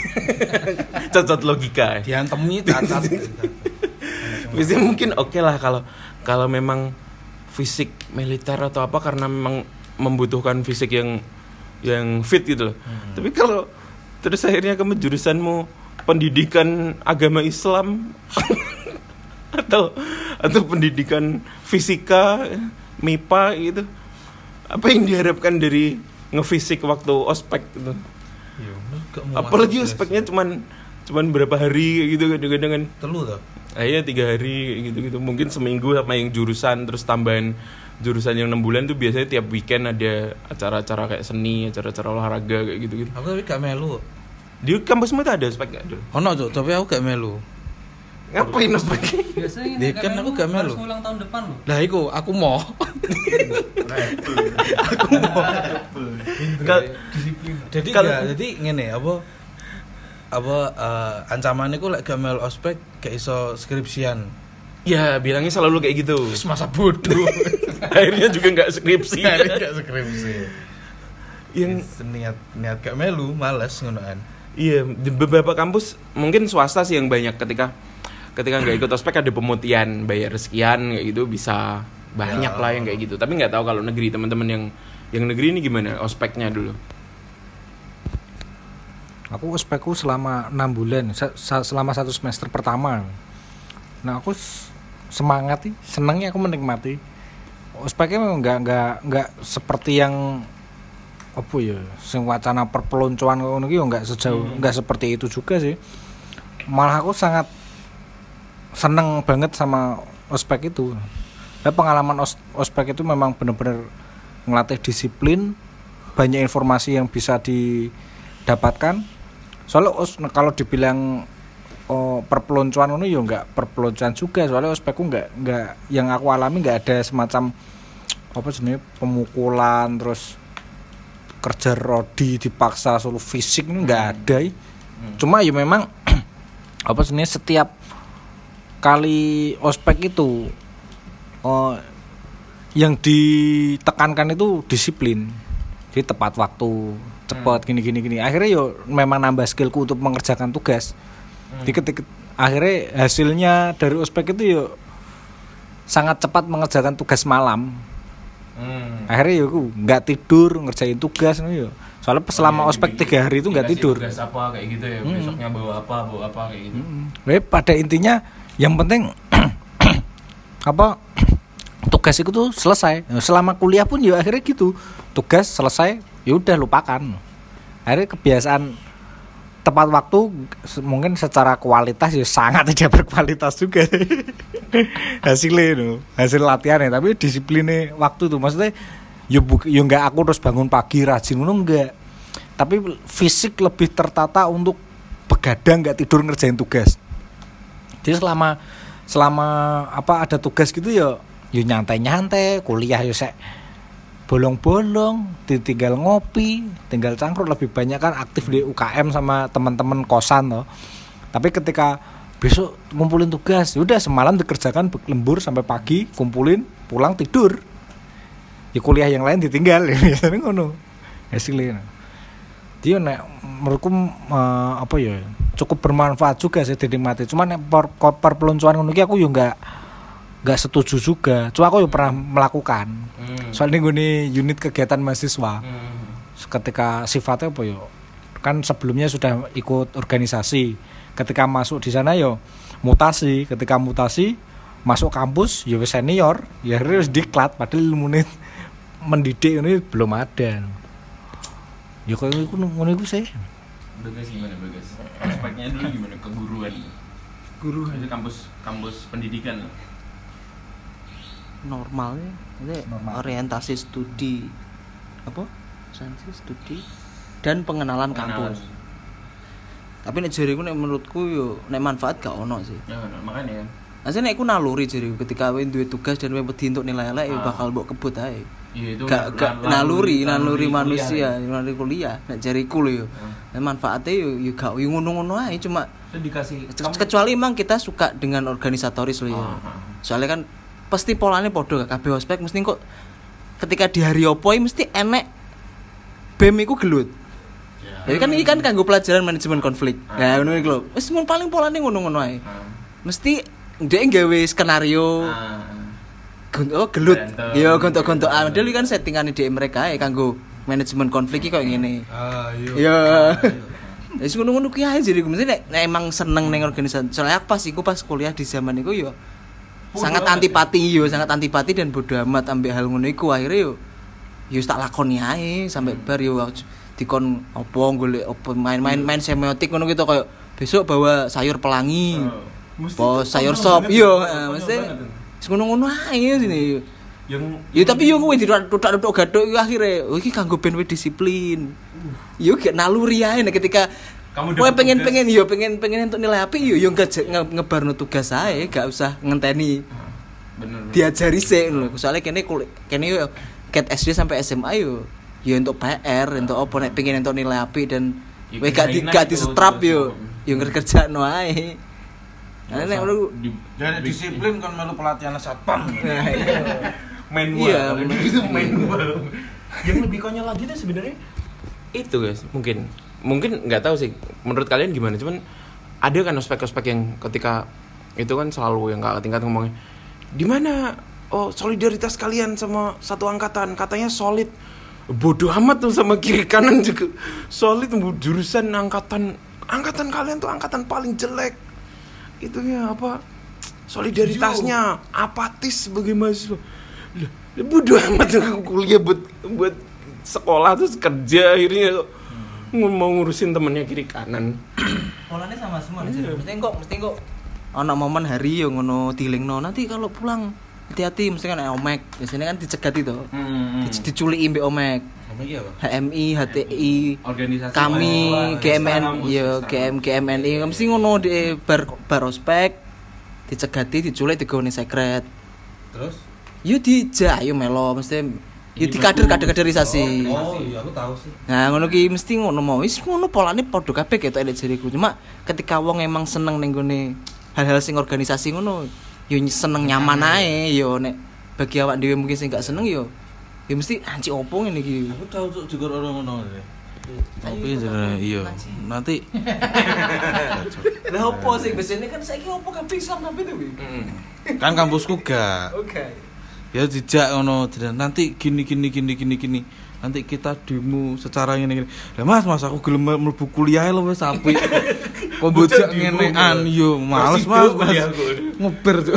Cacat logika. Diantemi cacat. Bisa mungkin oke okay lah kalau kalau memang fisik militer atau apa karena memang membutuhkan fisik yang yang fit gitu loh. Hmm. Tapi kalau terus akhirnya kamu jurusanmu pendidikan agama Islam atau atau pendidikan fisika, M I P A gitu, apa yang diharapkan dari ngefisik waktu ospek gitu? Ya, apalagi ospeknya cuman cuman berapa hari gitu kadang-kadang kan? Telu tuh. Ah, iya tiga hari gitu-gitu, mungkin seminggu sama yang jurusan, terus tambahan jurusan yang enam bulan tuh biasanya tiap weekend ada acara-acara kayak seni, acara-acara olahraga kayak gitu-gitu. Aku tapi gak melu. Di kampusmu tuh ada ospek gak dulu? Ono tuh, tapi aku gak melu. Ngapain ospek? Biasanya Dia kan aku gak melu. Harus ulang tahun depan loh. Lah iku aku mau. Aku mau. Kal- Jadi Kal- gak, jadi ngene apa apa uh, ancamannya ku lek gak melu ospek gak iso skripsian. Ya bilangnya selalu kayak gitu. Masa bodoh. Akhirnya juga nggak skripsi. Akhirnya gak skripsi. Yang niat niat gak melu, malas ngonoan. iya di beberapa kampus mungkin swasta sih yang banyak ketika ketika nggak ikut ospek ada pemutihan bayar sekian kayak gitu bisa banyak Ya. lah yang kayak gitu. Tapi nggak tahu kalau negeri teman-teman yang yang negeri ini gimana ospeknya dulu. Aku ospekku selama enam bulan, se- se- selama satu semester pertama. Nah aku s- semangat sih, senengnya aku menikmati. Ospeknya memang nggak nggak nggak seperti yang apa ya, sing wacana perpeloncoan ngono ki yo nggak sejauh, nggak seperti itu juga sih. Malah aku sangat seneng banget sama ospek itu. Nah, pengalaman os- ospek itu memang benar-benar ngelatih disiplin, banyak informasi yang bisa didapatkan. Soalnya os, kalau dibilang oh, perpeloncoan itu ya enggak perpeloncoan juga, soalnya ospekku enggak enggak yang aku alami enggak ada semacam apa sebenarnya pemukulan terus kerja rodi dipaksa solo fisik ini enggak ada. Hmm. Cuma ya memang apa sebenarnya setiap kali ospek itu oh, yang ditekankan itu disiplin. Jadi tepat waktu, cepat gini gini gini. Akhirnya yo memang nambah skillku untuk mengerjakan tugas. Hmm. Di ketika akhirnya hasilnya dari ospek itu yo sangat cepat mengerjakan tugas malam. Hmm. Akhirnya yo aku nggak tidur ngerjain tugas nih yo. Soalnya selama Oh, ya, ospek di- tiga hari itu nggak dikasih tidur. Tugas apa kayak gitu ya, Hmm. besoknya bawa apa, bawa apa kayak gitu. Hmm. Jadi pada intinya yang penting apa tugas itu tuh selesai. Selama kuliah pun ya akhirnya gitu. Tugas selesai, ya udah lupakan. Akhirnya kebiasaan tepat waktu mungkin secara kualitas ya sangat tidak berkualitas juga. Hasilnya itu, hasil latihannya, tapi disiplinnya waktu tuh maksudnya ya bu, ya enggak aku terus bangun pagi rajin ngono enggak. Tapi fisik lebih tertata untuk begadang enggak tidur ngerjain tugas. Jadi selama selama apa ada tugas gitu ya ya nyantai-nyantai, kuliah ya sek bolong-bolong, tinggal ngopi, tinggal cangkruk, lebih banyak kan aktif di U K M sama teman-teman kosan loh. Tapi ketika besok ngumpulin tugas, udah semalam dikerjakan lembur sampai pagi, kumpulin, pulang tidur. Ya kuliah yang lain ditinggal ya biasanya ngono. Hasilnya. Jadi nek menurutku uh, apa ya cukup bermanfaat juga sih dinikmati. Cuman nek per, per peluncuran ngono iki aku yo enggak enggak setuju juga. Cuma aku yo pernah melakukan. Hmm. Soalnya gue unit kegiatan mahasiswa. Hmm. Ketika sifatnya apa yo? Kan sebelumnya sudah ikut organisasi. Ketika masuk di sana yo mutasi. Ketika mutasi masuk kampus yo senior, ya harus diklat padahal ilmu mendidik ini belum ada. Ya kok iku ngono iku sih. Bagas gimana Bagas? Aspeknya dulu gimana keguruan? Guru itu kampus kampus pendidikan. Normalnya itu Normal. orientasi studi apa? Orientasi studi dan pengenalan, Pengenalan. kampus. Tapi nek jariku nek menurutku yo nek manfaat gak ono sih. Ya, nah, makanya kan. Asline nek aku naluri jariku ketika kowe duwe tugas dan kowe wedi entuk nilai elek yo Ah. bakal mbok kebut ae. Iya itu Gak gak naluri, naluri manusia, naluri kuliah. Nek jariku lho yo. Nek manfaatnya yo yo gak yo ngono-ngono ae cuma Itu dikasih Ke- kecuali emang kita suka dengan organisatoris loh ya. Ah, ah. Soalnya kan pasti polanya podo kabeh ospek mesti kok ketika di hari opo mesti enek B E M iku gelut. Jadi kan ini kan kanggo pelajaran manajemen konflik. Nah, ngono iku lho. Wis mun paling polane ngono-ngono ae. Mesti ndek gawe skenario Ah. gontok oh, gelut. Berantem. Yo gontok-gontokan. Padahal kan settingane dhek mereka ae kanggo manajemen konflik iki koyo ngene. Ah, iya. Ya. Wis ngono-ngono kuwi ae jadi mesti nek, nek emang seneng ning organisasi. Soalnya aku pas iku pas kuliah di zaman iku yo Bodo sangat amat antipati yo, sangat antipati dan bodo amat ambek hal ngono iku akhirnya yo yo tak lakoni ae sampai bar yo dikon opo golek opo main-main main semiotik ngono gitu kayak besok bawa sayur pelangi. Bawa sayur sop yo, eh, mesti wis ngono-ngono ae sini. Yang Ya tapi yo kowe dituthuk-tuthuk gadok iku akhire oh iki kanggo ben we disiplin. Yo gak naluri ae nek ketika Kamu kowe dapet pengen-pengen yo pengen pengen untuk nilai apik yo yo nge- nge- ngebarno tugas ae, gak usah ngenteni bener. diajari sih lho. Soalnya kene kulit kene yo ket S D sampai S M A yo yo untuk P R, untuk apa nek pengen untuk nilai apik dan Ya, kowe gak di kesaingan gak itu di strap terus, yo Om. yo ngerjaino ae. Nah, nek ngono Dari disiplin kan melu pelatihan satpam. manual. Iya, Kalau itu manual. Yang lebih konyol lagi tuh sebenarnya itu guys, mungkin mungkin nggak tahu sih menurut kalian gimana, cuman ada kan ospek-ospek yang ketika itu kan selalu yang kakak tingkat ngomongnya di mana oh solidaritas kalian sama satu angkatan, katanya solid. Bodoh amat tuh sama kiri kanan juga solid, jurusan angkatan angkatan kalian tuh angkatan paling jelek itunya apa solidaritasnya apatis sebagai mahasiswa. Lah, bodoh amat aku kuliah buat buat sekolah terus kerja akhirnya hmm. mau ngurusin temennya kiri kanan. Polanya sama semua nih. Mesti kok mesti kok ana momen hari yo ngono dilingno nanti kalau pulang hati-hati mesti kan omek biasanya kan dicegat itu hmm. diculiki mbek omek H M I, H T I, organisasi kami, G M N, yo G M G M N I mesti ngono di bar bar ospek dicegati diculik digone sekret Terus yo dijak yo melo mesti yo di kader kaderisasi. Oh iya aku tahu sih. Nah ngono ki mesti ngono mau wis ngono polane padha kabeh ketok elek jariku cuma ketika wong emang seneng ning gone hal-hal sing organisasi ngono yo seneng nyaman ae yo nek bagi awak dhewe mungkin sing gak seneng yo ya mesti anci opo ngene iki. Aku tahu tuh juga orang ngono. Tapi jenenge iya. Nanti lah opo sih biasanya kan saiki opo kabeh Islam kabeh to kuwi. kan kampusku gak. Oke. Ya dijak ngono nanti gini gini gini gini gini. Nanti kita demo secara ngene-ngene. Lah Mas, Mas aku gelem mlebu kuliah lho wis apik. Kok bocah ngenean yo males Mas. Ngeber tuh.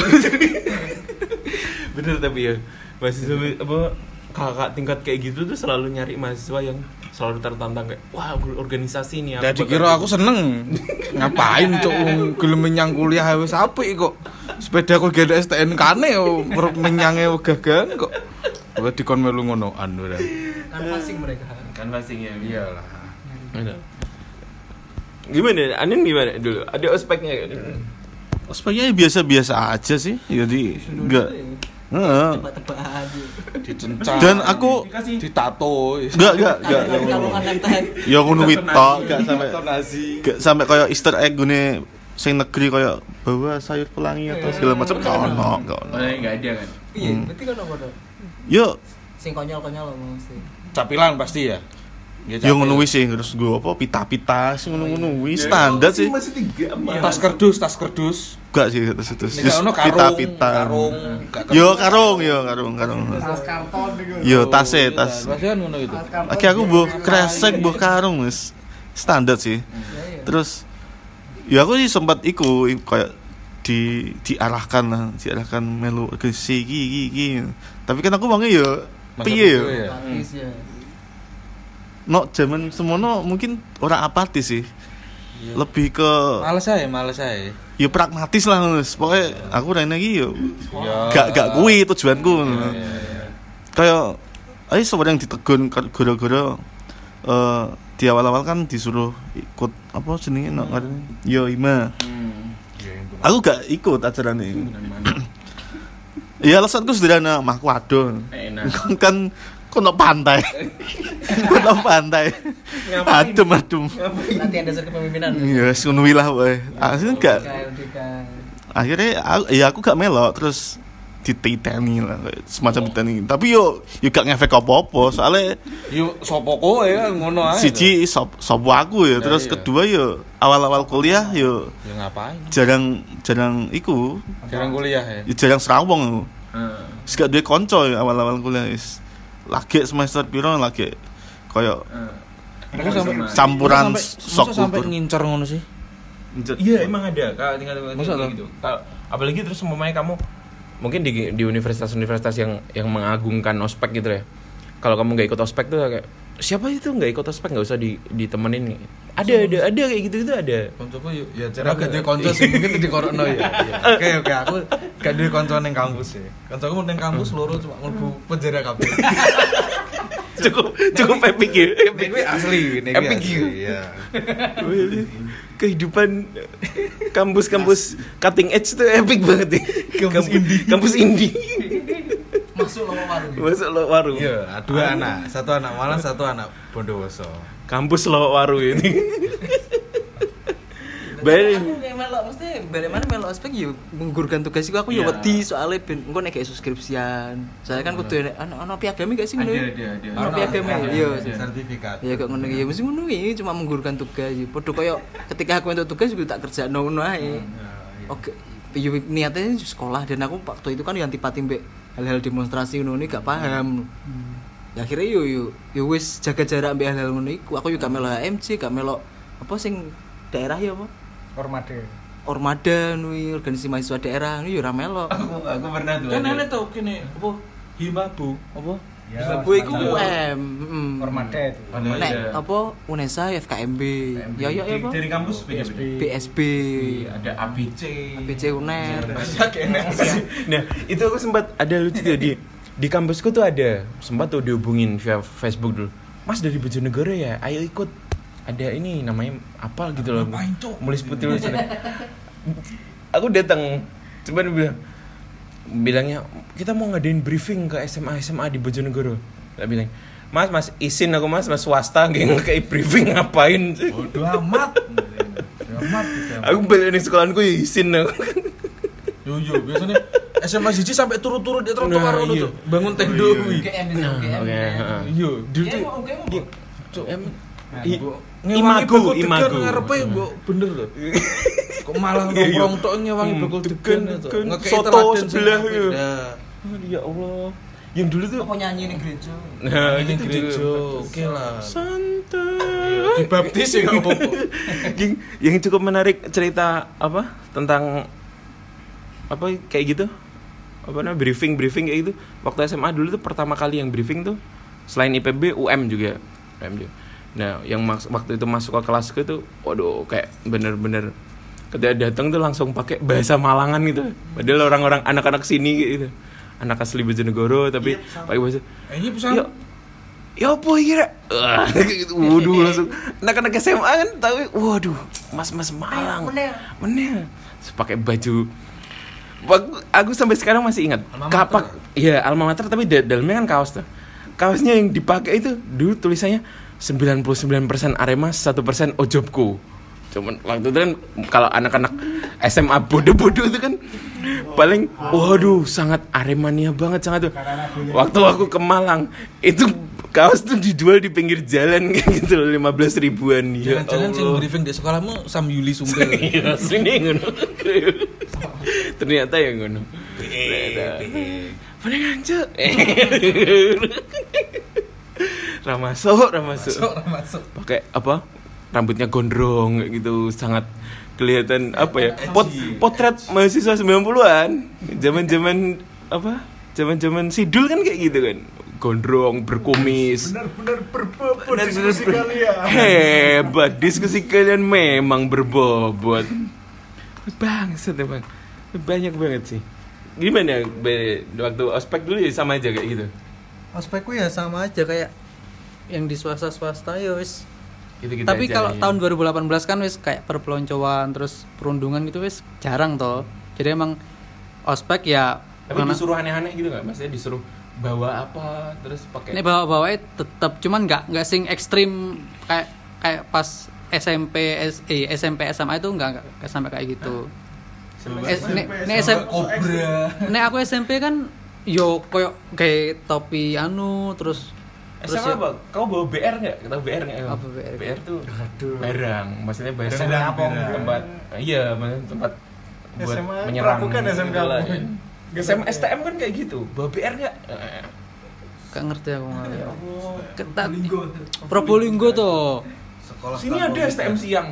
Bener tapi ya mahasiswa apa kakak tingkat kayak gitu tuh selalu nyari mahasiswa yang selalu tertantang kayak wah organisasi nih aku. Jadi kira aku seneng. Ngapain cuk gelem menyang kuliah wis apik kok. Sepeda kok gede S T N kane yo menyange wegah-gahan kok. Kok dikon melu ngonoan ora. Canvassing mereka. Canvassing ya. Iyalah. Ada. Gimana? Anin gimana dulu? Ada ospeknya gak? Ospeknya biasa-biasa aja sih. Jadi enggak. Heeh. Tebak-tebak aja. Dicencang. Dan aku ditato. enggak enggak enggak. Ya ngono kuwi tok, enggak sampai enggak sampai kayak Easter egg gune sing negeri kayak bawa sayur pelangi atau segala macam enggak ono, enggak ono. Enggak ada kan? Iya, berarti kan ono. Yo Sing konyol-konyol mesti. Capilan pasti ya. Ya ngono wis sih terus gue apa pita-pita sing ngono-ngono wis standar sih. Masih tiga Tas kerdus, tas kerdus. Enggak sih terus terus. Nek ono Pita-pita. karung. Yo karung yo karung karung. Tas karton niku. Yo tas e tas. Pasti kan ngono itu. Aki aku mbuh kresek mbuh karung wis standar sih. Terus ya aku sih sempat iku kayak di diarahkan lah, diarahkan melu ke sigi gigi. Tapi kan aku mangnya yo piye yo. Apatis ya. No zaman semono mungkin orang apatis sih. Iya. Lebih ke Males ae, males ae. ya pragmatis lah Mas. Pokoknya aku rene iki yo Ya. gak gak kuwi tujuanku. Iya, iya, iya. Kayak ayo seorang ditegun gara-gara eh di awal-awal kan disuruh ikut apa jenenge nak ngarane yo Ima. Aku gak ikut acarane. Ya alasanku sederhana, mah aku ado. Enak. Kan kono pantai. Kono pantai. Adem adem. Latihan dasar kepemimpinan. Ya wis ngono lah wae. Asline gak akhirnya aku, ya aku gak melok terus dititeni lah semacam dititeni. Tapi yo yo gak ngefek apa-apa soalnya Yo sopo kowe kan ngono ae. siji sop sopo aku ya, terus iya. kedua yo awal-awal kuliah yo Ya ngapain? jarang jarang iku Jarang kuliah ya. ya jarang serawong aku. Heeh. Wis gak duwe kanca ya awal-awal kuliah wis. Lagi semester piro lagi koyo Mereka sampai campuran sampai, sok masa sampai kultur. ngincer ngono sih. Iya emang ada kak tinggal Masa tinggal gitu. Kalau apalagi terus umpamanya kamu mungkin di di universitas-universitas yang yang mengagungkan ospek gitu ya. Kalau kamu nggak ikut ospek tuh kayak siapa itu nggak ikut ospek nggak usah di ditemenin. Ada ada ada kayak gitu gitu ada. Koncoku ya cara gak duwe kanca sih mungkin di koronno ya. Oke oke aku gak duwe kanca ning kampus ya. Kancaku ning kampus loro cuma mlebu penjara kabeh. Cukup cukup epic ya. Epic. Nek asli, nek Epic asli. gitu. Iya. Kehidupan kampus-kampus cutting edge tuh epic banget ya. Kampus indie. Kampus indie. Masuk lo warung. Masuk lo warung. Iya, dua anak, satu anak Malang, satu anak Bondowoso. Kampus lo waru ini. Balik. Aku kayak melok mesti balik mana melok aspek yo menggugurkan tugas iku aku yo Iya. wedi soalnya ben engko nek kayak subskripsian. Saya kan kudu ana ana piagami gak sih ngono? Ada, ada, ada. Ana piagami iya. sertifikat. Ya kok ngono iki ya mesti ngono iki cuma menggugurkan tugas. Padha koyo ketika aku entuk tugas juga tak kerjakno ngono ae. Oke, yo niatnya sekolah dan aku waktu itu kan yang antipati mbek hal-hal demonstrasi ngono iki gak paham. Ya akhirnya yo yo yo wis jaga jarak mbek hal-hal ngono iku. Aku yo gak melok H M C, gak melok apa sing daerah ya apa? Ormade. Ormada nui organisasi mahasiswa daerah nui yo ora melok. Aku aku pernah tuh. Kan ada. ana to kene apa Himabu apa? Ya, Ibu iku U M. heeh. Ormade itu. Ada, Nek ada. apa UNESA F K M B. Ya ya ya Di- apa? Dari kampus B S B. B S B. Ada A B C. B C UNER. Nah, itu aku sempat ada lucu tuh di di kampusku tuh ada sempat tuh dihubungin via Facebook dulu. Mas dari Bojonegoro ya, ayo ikut. Ada ini namanya apa gitu loh. Mulis putih lucu. Aku datang, cuman bilang bilangnya kita mau ngadain briefing ke S M A S M A di Bojonegoro. Saya bilang, Mas, Mas izin aku Mas, Mas swasta nggak kayak briefing ngapain? Bodoh amat. Bodoh amat gitu. Aku balik di sekolahanku ya izin aku. Yo yo biasanya S M A siji sampai turu-turu di trotoar Nah, ngono iya. tuh. Bangun tenda kuwi. G M itu G M. Oke, heeh. Iya, dulu tuh Cuk, em I- i- ngewangi imago, bakul degan imago. ngarepe mbok bener loh. Kok malah nongkrong tok ngewangi Hmm, bakul degan, degan itu. degan. Ngekei Soto teladan sebelah, sama iya. beda. Ya Allah. Yang dulu tuh Apa nyanyi ning gereja? nah, Ini gitu gereja, juga. oke lah. Santai. Dibaptis ya enggak apa-apa. yang, yang cukup menarik cerita apa tentang apa kayak gitu apa namanya briefing briefing kayak gitu waktu S M A dulu tuh pertama kali yang briefing tuh selain I P B U M juga U M juga. Nah yang mas, waktu itu masuk ke kelasku tuh waduh kayak bener-bener ketika datang tuh langsung pakai bahasa Malangan gitu padahal orang-orang anak-anak sini gitu anak asli Bojonegoro tapi pakai bahasa Eh, ini pesan ya ya apa kira Wah, gitu. Waduh langsung anak-anak S M A kan tahu waduh mas-mas Malang meneh terus pakai baju aku, aku sampai sekarang masih ingat Alma kapak ya alma mater tapi da- dalamnya kan kaos tuh kaosnya yang dipakai itu dulu tulisannya sembilan puluh sembilan persen Arema satu persen Ojobku cuman waktu itu kan kalau anak-anak S M A bodoh-bodoh itu kan paling waduh sangat Aremania banget sangat tuh waktu aku ke Malang itu kaos tuh dijual di pinggir jalan kayak gitu lima belas ribuan ya jangan-jangan sing Allah. briefing di sekolahmu Sam Yuli Sumpel. Iya, sini ngono. Ternyata yang ngono. Mana ngancuk? Ramasuk, ramasuk. masuk. Pakai apa? Rambutnya gondrong kayak gitu, sangat kelihatan apa ya? Pot, potret mahasiswa sembilan puluhan. Zaman-zaman apa? Zaman-zaman Sidul kan kayak gitu kan. Gondrong, berkumis. Benar-benar berbobot diskusi kalian. Hebat, diskusi kalian memang berbobot. Bangsat emang. Banyak banget sih. Gimana be, waktu ospek dulu ya sama aja kayak gitu. Ospekku ya sama aja kayak yang di swasta-swasta ya wis. Gitu-gitu Tapi aja kalau ya. tahun dua ribu delapan belas kan wis kayak perpeloncoan terus perundungan gitu wis jarang toh. Jadi emang ospek ya tapi karena- disuruh aneh-aneh gitu nggak? Maksudnya disuruh bawa apa terus pakai Nek bawa-bawa tetap cuman nggak nggak sing ekstrim kayak kayak pas S M P S eh, S M P S M A itu nggak nggak sampai kayak gitu. Es- nek nek S M Kobra. nek aku S M P kan yo koyo kayak topi anu terus S terus M A ya- apa? Kau bawa B R nggak? Tahu B R nggak? Apa B R? B R tuh barang, maksudnya barang S M A apa? tempat, iya, maksudnya tempat buat S M A menyerang. pramuka S M K. gitu lah, ya. S M S T M kan kayak gitu, bawa B R nggak? Gak ngerti aku malah. Ketat. Probolinggo tuh. Sekolah Sini ada S T M siang.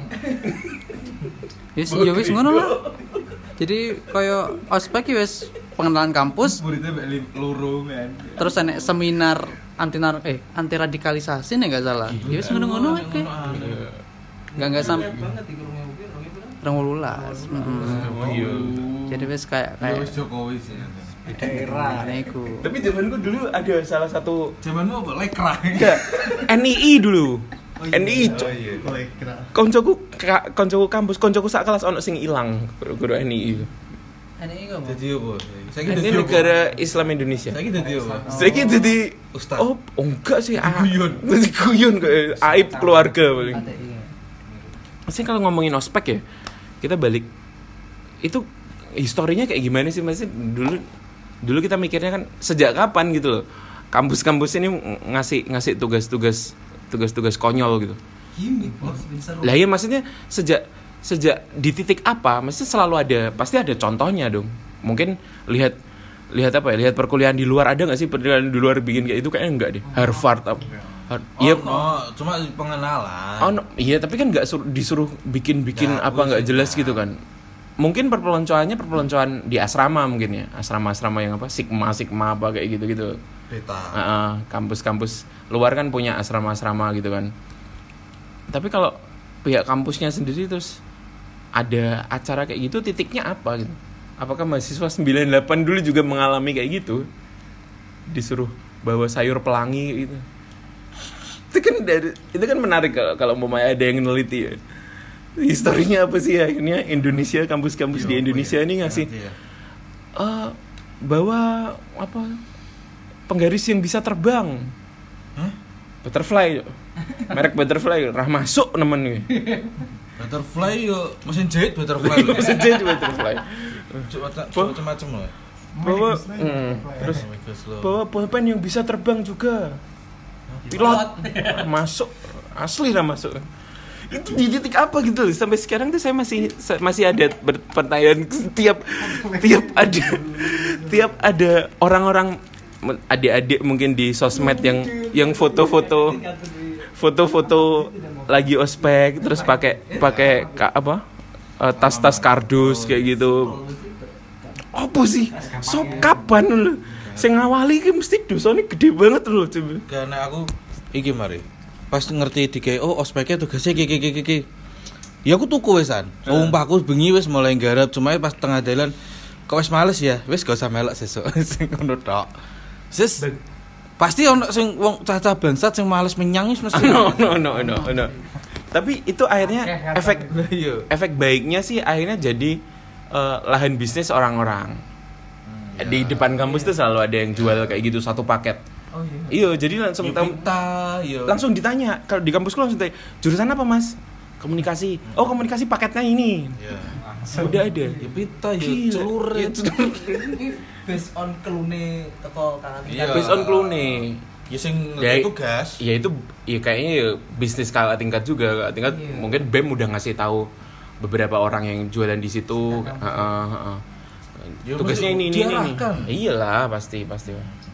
Wis ya wis ngono lah. Jadi koyo ospek ya wis pengenalan kampus, muridnya beli loro kan. terus enek seminar anti nar eh anti radikalisasi nih nggak salah. Ya wis ngono-ngono ae. Enggak enggak sampai Banget iki rumah mobil, rong wolulas. Heeh. Oh iya. Jadi wis kayak Ya kayak wis Jokowi sih. Daerah. aneh iku. Tapi zamanku dulu ada salah satu Zamanmu apa lekra? enggak N I I dulu. N I I Cok. Lekra. koncoku ka- koncoku kampus koncoku sak kelas ono sing ilang guru N I I itu. Aneh iku apa? Jadi apa? Saya Ini negara Islam Indonesia. Saya jadi apa? Saya kira jadi Ustaz. oh, oh enggak sih ah, Guyon. jadi guyon kayak aib keluarga paling. A T I. Maksudnya kalau ngomongin ospek ya kita balik itu historinya kayak gimana sih masih dulu dulu kita mikirnya kan sejak kapan gitu loh kampus-kampus ini ngasih ngasih tugas-tugas tugas-tugas konyol gitu. Gini, bos, bisa Lah iya maksudnya sejak sejak di titik apa? Maksudnya selalu ada pasti ada contohnya dong. Mungkin lihat lihat apa ya? Lihat perkuliahan di luar ada nggak sih perkuliahan di luar bikin kayak itu kayaknya enggak deh. Harvard apa? Har- Iya. Oh, no, cuma pengenalan. Oh, no. Iya tapi kan nggak sur- disuruh bikin-bikin Nah, apa nggak bullshit, jelas nah. gitu kan. Mungkin perpeloncoannya perpeloncoan di asrama mungkin ya. Asrama-asrama yang apa? Sigma Sigma apa kayak gitu-gitu. Beta. Uh, kampus-kampus luar kan punya asrama-asrama gitu kan. Tapi kalau pihak kampusnya sendiri terus ada acara kayak gitu titiknya apa gitu? Apakah mahasiswa sembilan puluh delapan dulu juga mengalami kayak gitu? Disuruh bawa sayur pelangi gitu. Itu kan dari, itu kan menarik kalau, kalau mau ada yang neliti ya. Historinya apa sih akhirnya Indonesia kampus-kampus di Indonesia ini ngasih uh, bawa apa penggaris yang bisa terbang. Hah? Butterfly. Merek Butterfly rah masuk nemen nih. Butterfly yo mesin jahit butterfly. Mesin jahit Butterfly. Macam-macam loh. Bawa hmm, terus bawa pulpen yang bisa terbang juga. Pilot masuk asli lah masuk. Itu di titik apa gitu loh. Sampai sekarang tuh saya masih masih ada pertanyaan tiap tiap ada tiap ada orang-orang adik-adik mungkin di sosmed yang yang foto-foto foto-foto lagi ospek terus pakai pakai apa uh, tas-tas kardus kayak gitu. Apa sih? So kapan lu? Sing ngawali iki mesti dosane gede banget lho coba. Karena aku iki mari. Pas ngerti dikae oh ospeknya tugasnya iki iki iki. Ya aku tuku wisan. Sumpah aku bengi wis mulai garap cuma pas tengah dalan kok wis males ya. Wis gak usah melok sesuk sing ngono tok. Sis pasti ono sing wong caca bangsat sing males menyang wis mesti. No no no no no. Tapi itu akhirnya efek efek baiknya sih akhirnya jadi uh, lahan bisnis orang-orang. Hmm, di ya, depan kampus tuh selalu ada yang jual kayak gitu satu paket. Oh iya. Iya, jadi langsung tam- Pita, yo. langsung ditanya kalau di kampusku langsung ditanya jurusan apa mas? Komunikasi. Oh komunikasi paketnya ini. Ya. Udah ada. Ya pita yo Gila. celurit. Ya, celur. Ini based on kelune teko kangen. Iya. Based on Clune. Ya sing Ya, tugas. Ya itu ya kayaknya ya bisnis kakak tingkat juga. Kakak tingkat Iya. mungkin B E M udah ngasih tahu beberapa orang yang jualan di situ. Heeh, heeh. Ya, Tugasnya mesti ini ini ini. diarahkan. Iyalah pasti pasti.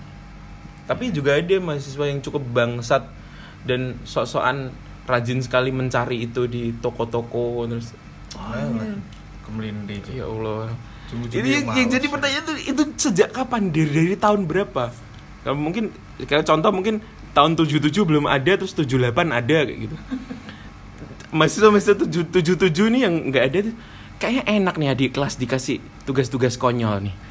Tapi juga ada mahasiswa yang cukup bangsat dan sok-sokan rajin sekali mencari itu di toko-toko terus. Nah, kemelindi. Ya Allah. Ujung-ujungnya Ini yang, yang males. jadi pertanyaan itu itu sejak kapan? Dari dari tahun berapa? Kalau mungkin kayak contoh mungkin tahun tujuh puluh tujuh belum ada terus tujuh puluh delapan ada kayak gitu. Mahasiswa-mahasiswa tujuh puluh tujuh nih yang enggak ada tuh kayaknya enak nih adik kelas dikasih tugas-tugas konyol nih.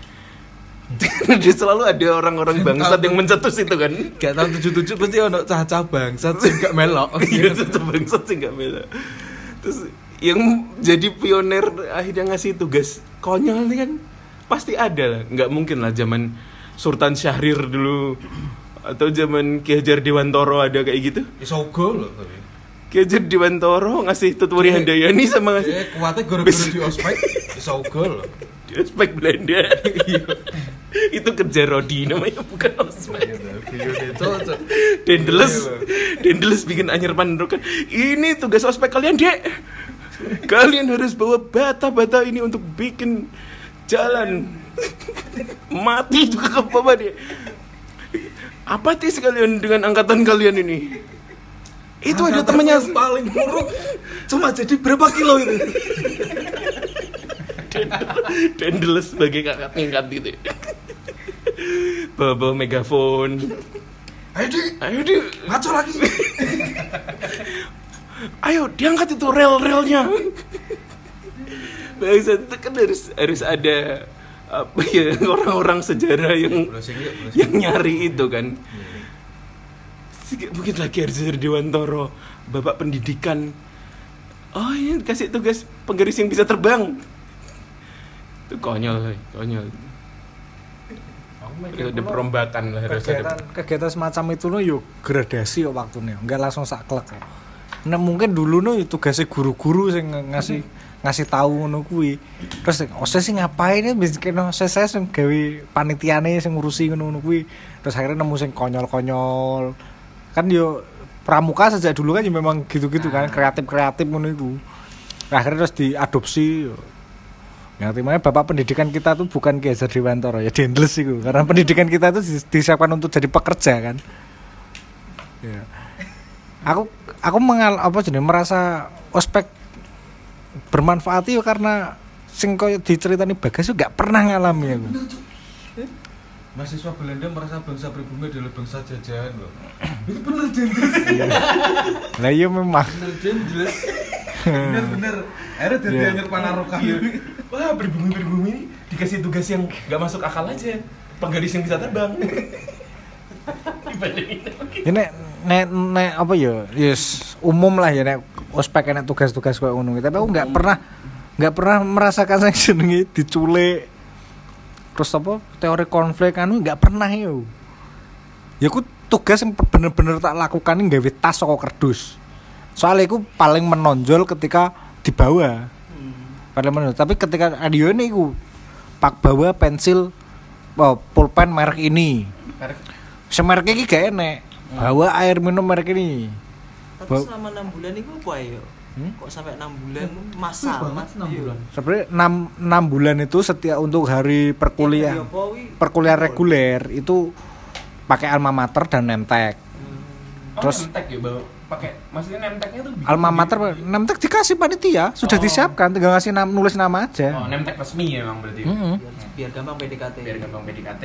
Dia selalu ada orang-orang bangsat yang mencetus itu kan. Gak tahun tujuh puluh tujuh pasti ono caca bangsat sing gak melok. Iya, caca bangsat sih enggak bela. Terus yang jadi pioner akhirnya ngasih tugas konyol nih kan pasti ada lah. Enggak mungkin lah zaman Sultan Syahrir dulu atau zaman Ki Hajar Dewantoro ada kayak gitu. Iso go lho tapi. Ki Hajar Dewantoro ngasih Tuturi Handayani sama ngasih Eh kuatnya gara-gara di ospek iso go lho. di ospek Belanda. Itu kerja Rodi namanya bukan ospek. Dendeles Dendeles bikin anyar panderokan. Ini tugas ospek kalian, Dek. Kalian harus bawa bata-bata ini untuk bikin jalan. Mati juga ke bawah dia. Apa sih sekalian dengan angkatan kalian ini? Itu ada temannya paling buruk. Cuma jadi berapa kilo itu? Dendeles sebagai kakak tingkat gitu. Bawa-bawa megafon. Ayo di, Ayo di, ngaco lagi. ayo diangkat itu rel-relnya. Bangsa itu kan harus harus ada apa ya orang-orang sejarah yang yang nyari itu kan. Mungkin lagi Hajar Dewantoro, bapak pendidikan. Oh ini kasih tugas penggaris yang bisa terbang. Itu konyol, konyol. Itu ada perombakan lah harus ada. kegiatan kegiatan semacam itu no yuk gradasi yo waktunya nggak langsung saklek Nah, mungkin dulu no tugasnya guru-guru sing ngasih ngasih tahu ngono kuwi. Terus OSIS sih ngapain ya bikin OSIS saya sing gawe panitiane sing ngurusi ngono kuwi. Terus akhirnya nemu sing konyol-konyol. Kan yo pramuka sejak dulu kan ya memang gitu-gitu kan, kreatif-kreatif ngono iku. Akhirnya terus diadopsi. Yang timnya bapak pendidikan kita tuh bukan Ki Hajar Dewantara ya Dendles itu, karena pendidikan kita itu disiapkan untuk jadi pekerja kan. Ya. Aku aku mengal apa jenis merasa ospek bermanfaat itu karena sing koyo diceritani Bagas itu gak pernah ngalami aku. Mahasiswa Belanda merasa bangsa pribumi adalah bangsa jajahan loh. Itu bener Dendles. Lah iya memang. Bener Dendles. Bener-bener. Akhirnya dari Yeah. Anyer Panarokan. Wah, pribumi-pribumi ini dikasih tugas yang gak masuk akal aja. Penggaris yang bisa terbang. Ini nek nek nek apa ya? Yes, umum lah ya nek ospek nek tugas-tugas koyo ngono. Tapi aku enggak pernah enggak pernah merasakan sing jenenge diculik. Terus apa? Teori konflik anu enggak pernah yo. Ya aku tugas yang bener-bener tak lakukan ini nggawe tas saka kerdus. Soalnya aku paling menonjol ketika dibawa. Paling menonjol. Tapi ketika radio ini aku pak bawa pensil oh, pulpen merek ini. Semerek iki gak enek. Bawa air minum merek ini. Tapi Ba- selama enam bulan itu apa ya? Hmm? Kok sampai enam bulan masal Mas? enam Iya. bulan. Sebenarnya enam, enam bulan itu setiap untuk hari perkuliah Iya, apa wi? perkuliah reguler itu pakai alma mater dan nemtek. Terus Terus- nemtek ya, Bang. Pakai maksudnya nemteknya tuh bikin Alma mater sendiri. nemtek dikasih panitia, sudah Oh. disiapkan, tinggal ngasih nam, nulis nama aja. Oh, nemtek resmi ya emang berarti. Mm-mm. Biar, biar gampang P D K T. Biar gampang P D K T.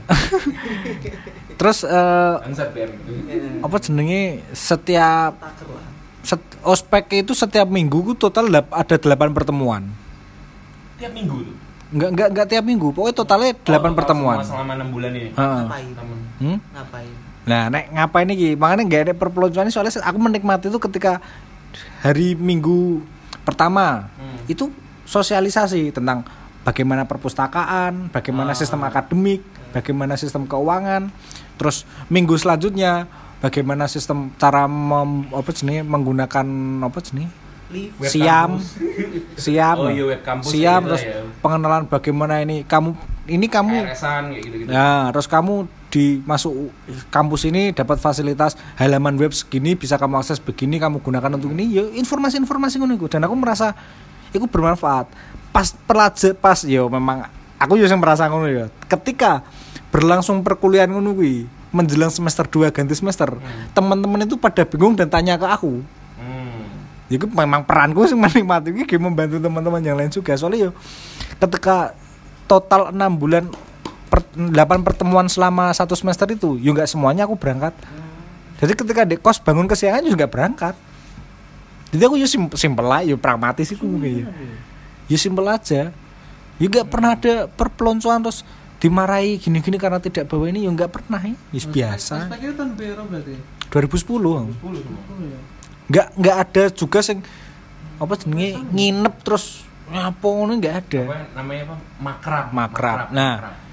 Terus eh, Ansat B M itu. Eh, apa jenenge setiap taker lah. set, ospek itu setiap minggu ku total dap- ada delapan pertemuan. Tiap minggu tuh. Enggak enggak enggak tiap minggu, pokoknya totalnya delapan Oh, pertemuan. Selama, selama enam bulan ini. Heeh. Ngapain? Temen. Hmm? Ngapain? Nah, nek ngapain iki? Makanya gak ada perpeloncoan soalnya aku menikmati itu ketika hari Minggu pertama Hmm. itu sosialisasi tentang bagaimana perpustakaan, bagaimana Ah. sistem akademik, bagaimana sistem keuangan. Terus minggu selanjutnya bagaimana sistem cara mem, apa jenis menggunakan apa jenis Live. Web siam, kampus. siam, Oh iya, web kampus siam, gitu terus ya. pengenalan bagaimana ini kamu ini kamu R S-an kayak gitu-gitu. Nah, terus kamu di masuk kampus ini dapat fasilitas halaman web segini, bisa kamu akses begini, kamu gunakan untuk ini. Ya informasi-informasi ngono iku. Dan aku merasa itu bermanfaat. Pas pelajar pas yo memang aku yo sing merasa ngono ya. Ketika berlangsung perkuliahan ngono kuwi, menjelang semester dua ganti semester, Hmm. teman-teman itu pada bingung dan tanya ke aku. Hmm. Itu memang peranku sih menikmati iki membantu teman-teman yang lain juga. Soalnya yo ketika total enam bulan per, delapan pertemuan selama satu semester itu, yo enggak semuanya aku berangkat. Jadi ketika di kos bangun kesiangan juga berangkat. Jadi aku yo sim- simpel lah, yo pragmatis itu mungkin ya. Yo simpel aja. Yo enggak pernah ada perpeloncoan terus dimarahi gini-gini karena tidak bawa ini, yo enggak pernah ya. Yo biasa. Ospeknya tahun berapa berarti? dua ribu sepuluh. sepuluh semua. Oh ya. Enggak enggak ada juga sing apa jenenge nginep terus apa ngono enggak ada. Apa namanya apa? Makrab. Makrab. Nah,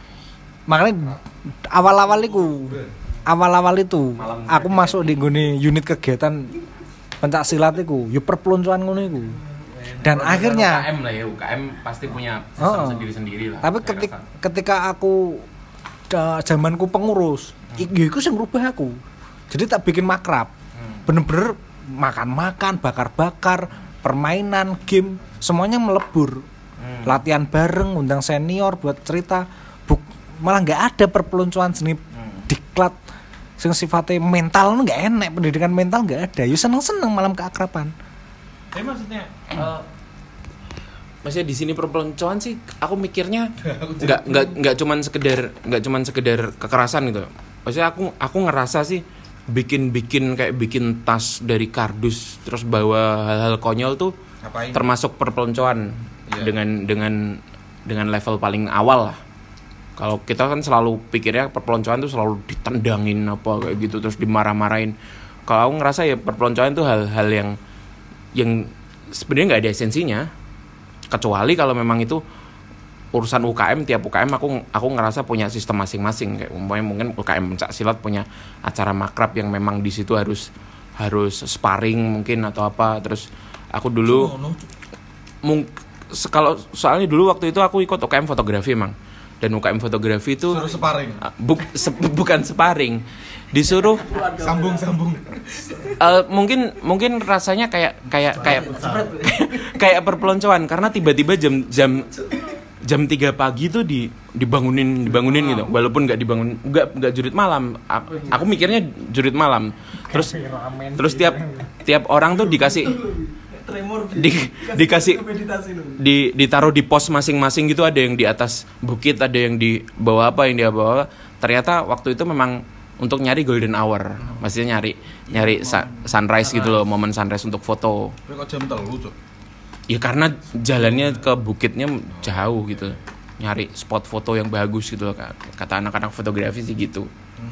makanya awal-awal itu awal-awal itu Malam aku masuk di gone unit kegiatan pencak silat itu yo perpeloncoan ngono iku. Dan Kalau akhirnya U K M lah ya, U K M pasti punya sistem Oh. sendiri-sendiri lah. tapi saya ketika rasa. ketika aku da, zamanku pengurus, ik- ya iku sing ngrubah aku. Jadi tak bikin makrab. Hmm. Bener-bener makan-makan, bakar-bakar, permainan, game, semuanya melebur. Hmm. Latihan bareng, undang senior buat cerita. Buk, malah nggak ada perpeloncoan seni Hmm. diklat sing sifatnya mental nggak enak, pendidikan mental nggak ada. Yo seneng-seneng malam keakraban. Tapi maksudnya eh, maksudnya di sini perpeloncoan sih aku mikirnya nggak nggak nggak cuman sekedar nggak cuman sekedar kekerasan gitu. Maksudnya aku aku ngerasa sih bikin-bikin kayak bikin tas dari kardus terus bawa hal-hal konyol tuh Ngapain? termasuk perpeloncoan Iya. dengan dengan dengan level paling awal lah. Kalau kita kan selalu pikirnya perpeloncoan tuh selalu ditendangin apa kayak gitu terus dimarah-marahin. Kalau aku ngerasa ya perpeloncoan tuh hal-hal yang yang sebenarnya nggak ada esensinya, kecuali kalau memang itu urusan U K M. Tiap U K M aku aku ngerasa punya sistem masing-masing, kayak umpamanya mungkin U K M pencak silat punya acara makrab yang memang di situ harus harus sparring mungkin atau apa. Terus aku dulu mung kalau soalnya dulu waktu itu aku ikut U K M fotografi emang, dan U K M fotografi itu Suruh sparring. buk, se, bukan sparring, disuruh Sambung-sambung. uh, mungkin mungkin rasanya kayak kayak kayak kayak perpeloncoan karena tiba-tiba jam jam jam tiga pagi tuh di dibangunin dibangunin gitu, walaupun nggak dibangun nggak nggak jurit malam, aku, aku mikirnya jurit malam. Terus terus tiap tiap orang tuh dikasih di, dikasih di ditaruh di pos masing-masing gitu, ada yang di atas bukit, ada yang di bawah apa yang dia bawa. Ternyata waktu itu memang untuk nyari golden hour, maksudnya nyari nyari sa- sunrise gitu loh, momen sunrise untuk foto. Tapi kok jam telu, Cuk? Ya karena jalannya ke bukitnya jauh gitu, nyari spot foto yang bagus gitu loh, kata anak-anak fotografi sih gitu.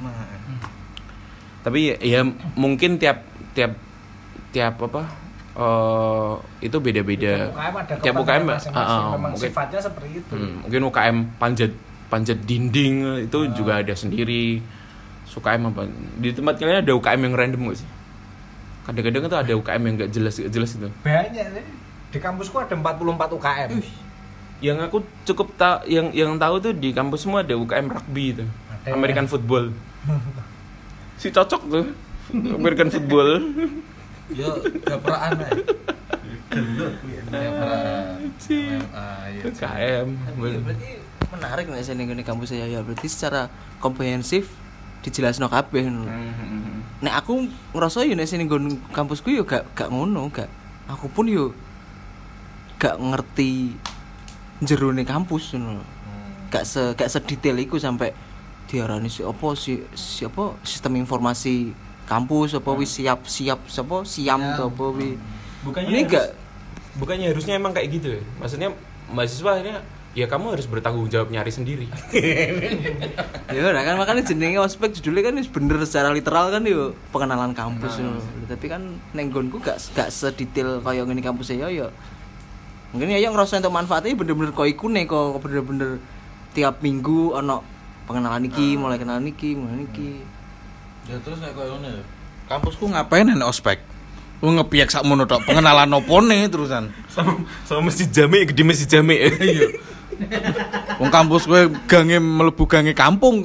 Tapi ya mungkin tiap tiap tiap apa Uh, itu beda-beda. Tiap U K M uh, uh, mungkin sifatnya seperti itu. Hmm, mungkin U K M panjat panjat dinding itu uh. juga ada sendiri. U K M apa? Di tempat kalian ada U K M yang random gak sih? Kadang-kadang itu ada U K M yang gak jelas gak jelas itu. Banyak nih. Di kampusku ada empat puluh empat U K M. Uh. Yang aku cukup tak yang yang tahu tuh di kampus semua ada U K M rugby itu. Ada. American football. Si cocok tuh. American football. Ya, gapraan ae. Gendut kuwi. Gapraan. U K M. Berarti menarik nek sene ngene kampus saya ya. Berarti secara komprehensif dijelasno kabeh ngono. Nek aku ngerasa ya nek sene nggon kampusku ya gak gak ngono, gak. Aku pun yo gak ngerti jerone kampus ngono. Gak se gak sedetail iku sampai diarani si apa si siapa sistem informasi kampus apa wis siap siap siapa siam atau apa wi. Bukannya ini enggak harus, bukannya harusnya emang kayak gitu ya. Maksudnya mahasiswa ini ya kamu harus bertanggung jawab nyari sendiri. Ya udah kan makanya jenenge ospek judulnya kan wis bener secara literal kan yo pengenalan kampus nah. Tapi kan neng nggonku gak gak sedetail kaya ngene kampus ya ya. Mungkin ya yang ngerasa untuk manfaatnya bener-bener kok iku nih kok bener-bener tiap minggu ono pengenalan iki, mulai kenalan iki, mulai iki. Ya terus nek koyo ngene. Kampusku ngapain nek ospek? Lu ngepiak sakmono tok pengenalan opone terusan. Sama sama Masjid Jami, gede Masjid Jami. Iya. Wong kampus kowe gange mlebu gange kampung.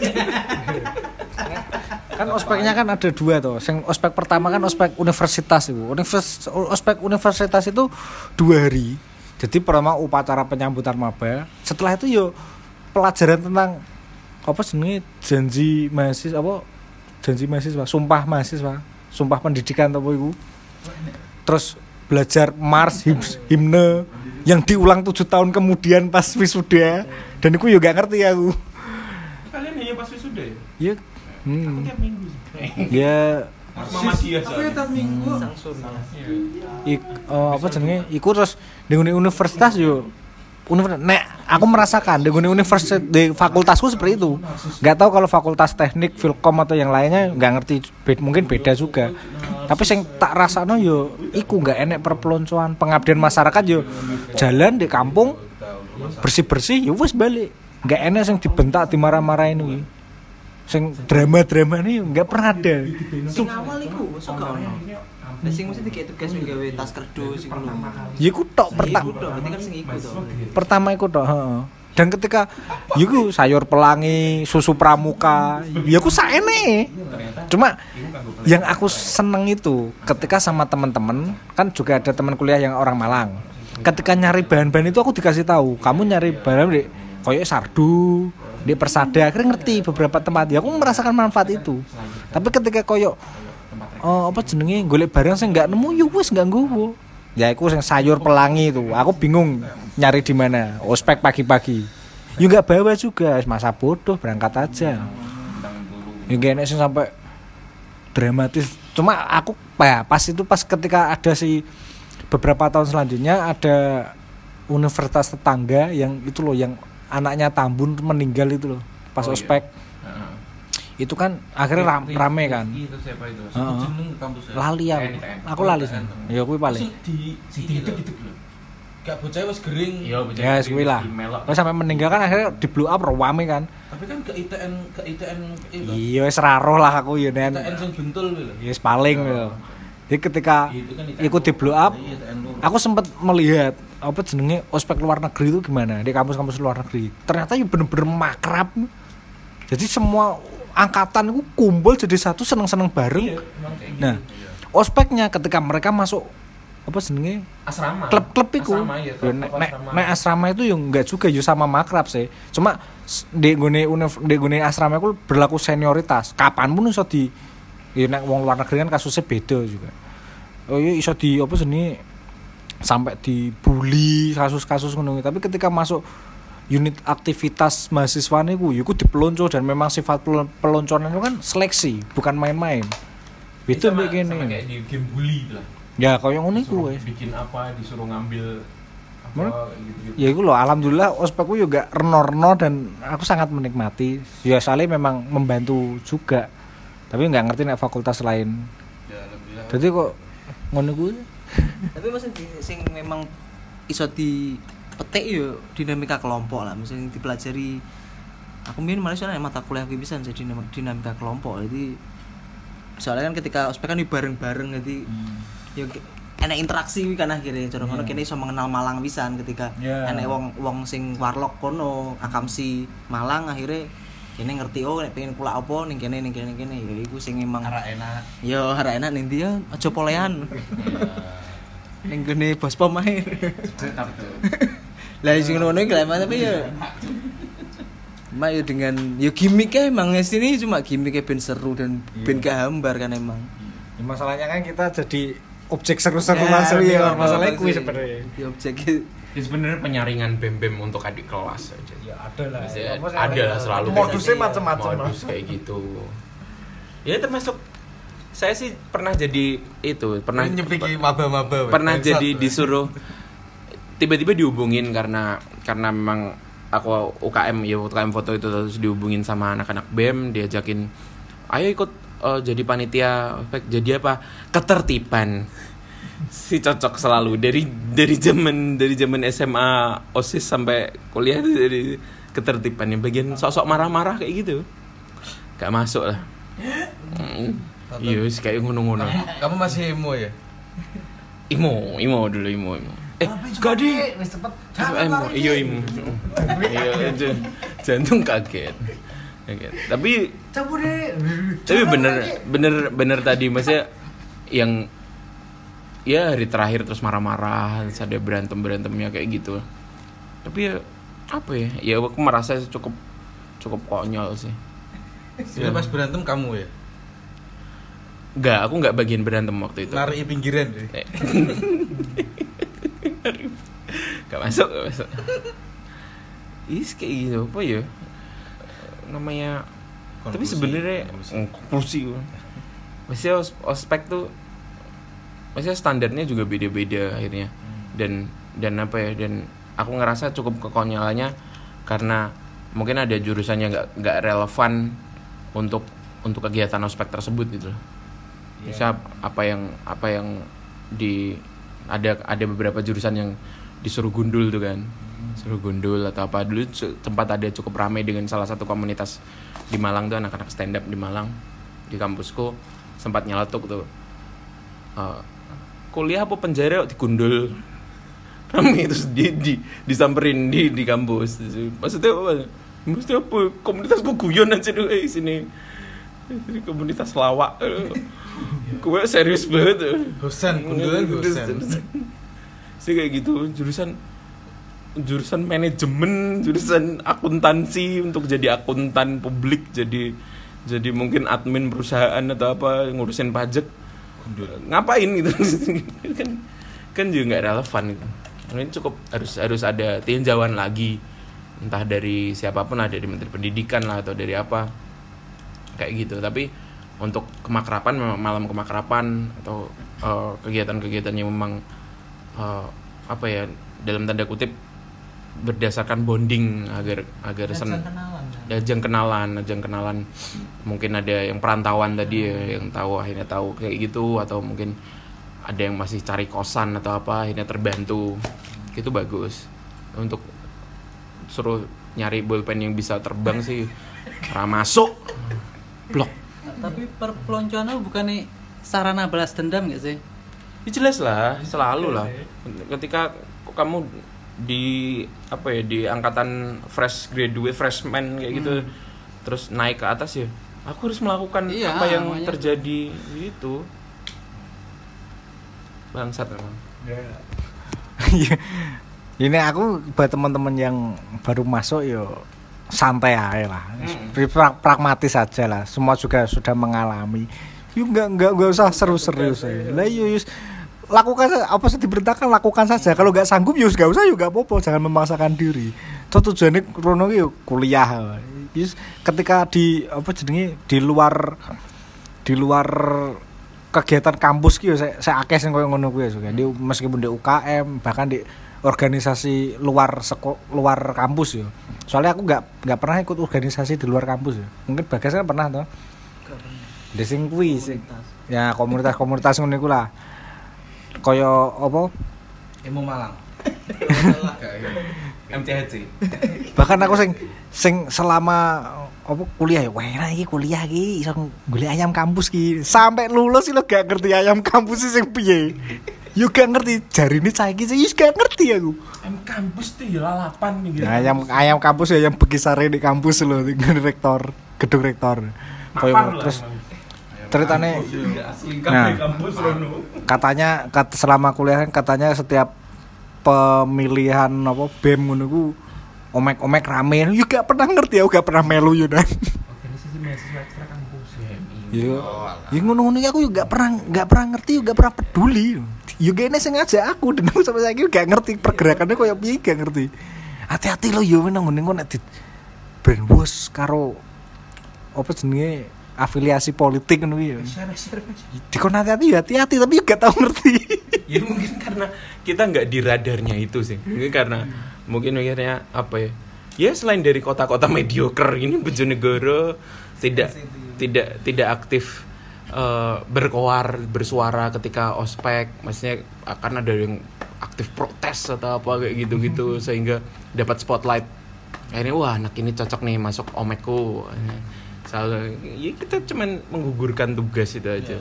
Kan ospeknya kan ada dua tuh. Yang ospek pertama kan ospek universitas itu. Univers, ospek universitas itu dua hari. Jadi pertama upacara penyambutan maba. Setelah itu yo pelajaran tentang apa jenenge janji mahasiswa apa janji mahasiswa, sumpah mahasiswa, sumpah pendidikan apa itu. Terus belajar mars, himne yang diulang tujuh tahun kemudian pas wisuda. Dan aku juga gak ngerti aku. Kalian hanya pas wisuda ya? Iya. Hmm. Aku tiap minggu. Ya Muhammadiyah. Aku tiap minggu. Ik, uh, apa jenenge? Iku terus di universitas yo Universitas, nek aku merasakan di universitas di fakultasku seperti itu. Nggak tahu kalau fakultas teknik, Filkom atau yang lainnya nggak ngerti, beda, mungkin beda juga. Tapi sing tak rasano yo, iku nggak enek perpeloncoan, pengabdian masyarakat yo, jalan di kampung bersih bersih, yo wes balik. Nggak enek sing dibentak, dimarah-marahin wi. Sing drama-drama nih nggak pernah ada. Sing awal iku mosok gak ono. Lah sing mesti dikek tugas nggawe tas kerdus iku lho. Ya iku tok pertama. Berarti kan sing iku to. Pertama iku tok, heeh. Dan ketika iku sayur pelangi, susu pramuka, ya aku saene. Cuma yang aku seneng itu ketika sama teman-teman, kan juga ada teman kuliah yang orang Malang. Ketika nyari bahan-bahan itu aku dikasih tahu, kamu nyari bahan di koyo sardu, di Persada, akhirnya ngerti beberapa tempat. Ya aku merasakan manfaat itu. Tapi ketika koyo oh apa jenenge golek barang sing enggak nemu yo wis enggak nggowo. Ya iku sing sayur pelangi itu. Aku bingung nyari di mana. Ospek pagi-pagi. Yo enggak bawa juga, masa bodoh berangkat aja. Ya enggak enek sing sampai dramatis. Cuma aku ya, pas itu pas ketika ada si beberapa tahun selanjutnya ada universitas tetangga yang itu loh yang anaknya Tambun meninggal itu loh pas oh, ospek. Iya. Itu kan akhirnya ram, rame kan. Itu siapa itu? Heeh. Kampus. Lali aku. Aku lali sih. Ya kuwi paling. Di di itu gitu loh. gak bocah wis gering. Iya, bocah Ya gering, kuwi lah. dimelok. Terus sampai meninggal kan akhirnya di blow up rame kan. Tapi kan ke I T N, ke I T N itu. Iya wis ra roh lah aku ya I T N nen. sing bentul kuwi lho. Ya wis paling lho. Jadi ketika Itu kan I T N ikut di blow up, I T N loro. aku sempat melihat apa jenenge ospek luar negeri itu gimana di kampus-kampus luar negeri. Ternyata ya bener-bener makrab. Jadi semua angkatan itu kumpul jadi satu seneng-seneng bareng. Iya, emang kayak gitu. Nah, ospeknya ketika mereka masuk apa jenenge Asrama. klub-klub itu. Asrama, iya, Ya, klub nek asrama. nek asrama itu yang enggak juga ya sama makrab sih. Cuma s- di gone univ- di gone asrama itu berlaku senioritas. Kapanpun iso di ya nek wong luar negeri kan kasusnya beda juga. Oh iya iso di apa jenenge sampai dibully kasus-kasus ngono. Tapi ketika masuk unit aktivitas mahasiswa niku ya iku dipelonco dan memang sifat pelon- pelonconan itu kan seleksi, bukan main-main. Itu sama, mbek sama kene. kayak di game bully lah. Ya kaya ngono iku Disuruh wis. bikin apa, disuruh ngambil apa Mana? gitu-gitu. Ya itu loh, alhamdulillah ospekku juga reno-reno dan aku sangat menikmati. Ya soalnya memang membantu juga. Tapi nggak ngerti nek fakultas lain. Ya alhamdulillah. Jadi kok ngono kuwi. Tapi maksud di- sing memang iso dipetik yo dinamika kelompok lah, mesti dipelajari. Aku mbien malah soalnya mata kuliah aku bisa jadi dinam- dinamika kelompok. Jadi soalnya kan ketika ospek kan bareng-bareng jadi yo ke- enek interaksi kuwi kan akhirnya cara ngono kene iso mengenal Malang pisan ketika Yeah. enek wong wong sing warlock kono akamsi Malang akhirnya kene ngerti oh nek pengen pula apa ning kene ning kene ning kene ya iku sing emang Arah enak. yo harap enak ning ndi yo aja polean. Ning gone bos pom ae. Lah sing ngono iki lah tapi ya Mak ya dengan ya gimmicknya emang sini cuma gimmicknya ben seru dan ben gak hambar kan emang. Ya, masalahnya kan kita jadi objek seru-seruan seru ya. Masalahnya kuwi sebenarnya. Ya objeknya Ya sebenarnya penyaringan bem-bem untuk adik kelas aja. Ya ada lah. Maksudnya Apa sih, ada lah ada- selalu modusnya kayak- macam-macam lah. modus kayak gitu. Ya termasuk saya sih pernah jadi itu pernah nyepiki maba-maba. pernah Bangsat, jadi weh. disuruh tiba-tiba dihubungin karena karena memang aku U K M ya U K M foto itu terus dihubungin sama anak-anak B E M diajakin ayo ikut eh, jadi panitia ospek. Jadi apa ketertiban si cocok selalu dari dari zaman dari zaman S M A OSIS sampai kuliah itu dari ketertiban yang bagian sosok marah-marah kayak gitu gak masuk lah. Hmm. Iya sih kayak ngono-ngono. Kamu masih emo ya? Imo, imo dulu imo, imo. Eh, gak deh. Wis cepet. Imo, iya imo. Iya, j- jantung kaget. Kaget. Tapi Cabut deh. tapi bener bener bener tadi maksudnya yang ya hari terakhir terus marah-marah, terus ada berantem-berantemnya kayak gitu. Tapi ya apa ya? Ya aku merasa cukup cukup konyol sih. Sudah pas berantem kamu ya? Enggak, aku enggak bagian berantem waktu itu. Narik pinggiran deh. Eh. Gak masuk, gak masuk. Is kayak gitu apa ya? Namanya. Tapi Konklusi. sebenarnya oh, konklusi. Maksudnya os- ospek tuh, maksudnya standarnya juga beda-beda akhirnya. Dan dan apa ya? Dan aku ngerasa cukup kekonyolannya karena mungkin ada jurusan yang nggak nggak relevan untuk untuk kegiatan ospek tersebut gitu loh. Misal apa yang apa yang di ada ada beberapa jurusan yang disuruh gundul tuh kan, suruh gundul atau apa dulu cu- tempat ada cukup ramai dengan salah satu komunitas di Malang tuh anak-anak stand up di Malang di kampusku sempat nyeletuk tuh Eh, kuliah apa penjara kok digundul ramai terus di, di disamperin di di kampus maksudnya apa maksudnya apa komunitasku guyon aja dulu eh sini ini komunitas lawak gue serius banget Dosen, gundulan dosen. sih kayak gitu jurusan jurusan manajemen jurusan akuntansi untuk jadi akuntan publik jadi jadi mungkin admin perusahaan atau apa ngurusin pajak ngapain gitu kan kan juga nggak relevan gitu ini cukup harus harus ada tinjauan lagi entah dari siapapun ada dari menteri pendidikan lah atau dari apa kayak gitu. Tapi untuk kemakrapan memang malam kemakrapan atau uh, kegiatan-kegiatan yang memang uh, apa ya dalam tanda kutip berdasarkan bonding agar agar sen ajang kenalan ajang kenalan mungkin ada yang perantauan tadi ya, yang tahu akhirnya tahu kayak gitu atau mungkin ada yang masih cari kosan atau apa akhirnya terbantu itu bagus. Untuk suruh nyari bolpen yang bisa terbang sih ra masuk. Blok. Tapi perpeloncoan bukan nih sarana balas dendam gak sih? Ya jelas lah, selalu lah. Ketika kamu di apa ya di angkatan fresh graduate freshman kayak gitu, hmm. terus naik ke atas ya, aku harus melakukan iya, apa yang namanya. terjadi gitu. Bangsat memang. Ini aku buat teman-teman yang baru masuk yo santai aja lah, hmm. pra- pragmatis aja lah. Semua juga sudah mengalami. Yuk nggak nggak nggak usah serius-serius aja. Lah yuk lakukan apa sih diberitakan lakukan saja. Kalau nggak sanggup yuk nggak usah yuk nggak apa-apa. Jangan memaksakan diri. Tuh tujuannya krono yuk kuliah. Yus ketika di apa jenenge di luar di luar kegiatan kampus ki saya saya akeh sing koyo ngono kuwi ya. Di meskipun di U K M bahkan di organisasi luar seko, luar kampus ya. Soalnya aku nggak nggak pernah ikut organisasi di luar kampus ya. Mungkin Bagas kan pernah toh. Di sing kuwi sing ya komunitas-komunitas ngono iku lah. Kaya apa? Emo Malang. M C H C. Bahkan aku sing sing selama apa kuliah ya, wah iki kuliah iki iso golek ayam kampus ki. Sampai lulus sih lo gak ngerti ayam kampus sih sing piye. Yo gak ngerti, jarine saiki sih gak ngerti aku. Ayam kampus tuh ya lalapan nih. Nah, ayam ayam kampus ya yang bekisare di kampus lho, di rektor, gedung rektor. Koyo terus ceritane nah, katanya kat, selama kuliah katanya setiap pemilihan apa B E M ngono ku omek-omek rame. Yo gak pernah ngerti, aku gak pernah melu yo dan. Organisasi mahasiswa ekstra kampus ya. Yo. Yo ngono-ngono aku yo gak pernah gak pernah ngerti, yo gak pernah peduli. Yo gene sing ngajak aku dan aku sampai saiki gak ngerti pergerakannya koyo piye gak ngerti. Hati-hati lo yo nang ngene kok nek di brainwash karo apa jenenge afiliasi politik ngono ya. Dikon hati-hati hati-hati tapi gak tau ngerti. Ya mungkin karena kita nggak di radarnya itu sih. Mungkin karena mungkin mikirnya apa ya? Ya selain dari kota-kota mediocre ini Bojonegoro tidak tidak tidak aktif uh, berkoar bersuara ketika ospek. Maksudnya karena ada yang aktif protes atau apa kayak gitu-gitu sehingga dapat spotlight. Akhirnya wah anak ini cocok nih masuk omekku. Salah, ya kita cuman menggugurkan tugas itu aja.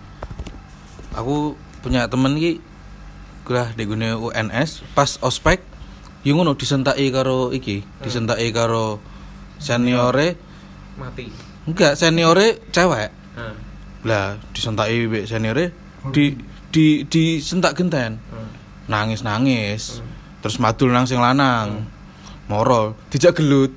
Aku punya temen iki kuliah di gune U N S pas ospek yo ngono disentaki karo iki, hmm. disentaki karo seniore mati. Enggak, seniore cewek. Hmm. Lah disentaki mbek seniore di di disentak genten. Hmm. Nangis-nangis. Hmm. Terus madul nang sing lanang. Hmm. Moro dijak gelut.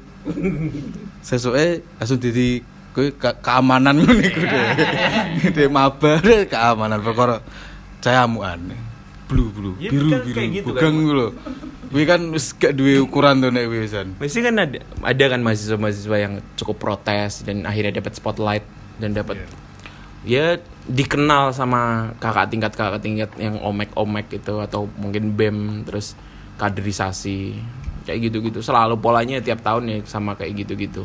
Sesuke langsung dadi kowe ke- keamanan ngene iku deh. Dhewe maba keamanan perkara cayamuan. Blu-blu, Ya, biru-biru, kan gitu bukan kan. lho. Kuwi kan wis gak duwe ukuran to nek wisan. Mesti kan ada ada kan mahasiswa-mahasiswa yang cukup protes dan akhirnya dapat spotlight dan dapat yeah. ya dikenal sama kakak tingkat kakak tingkat yang omek-omek itu atau mungkin B E M terus kaderisasi kayak gitu-gitu selalu polanya tiap tahun ya sama kayak gitu-gitu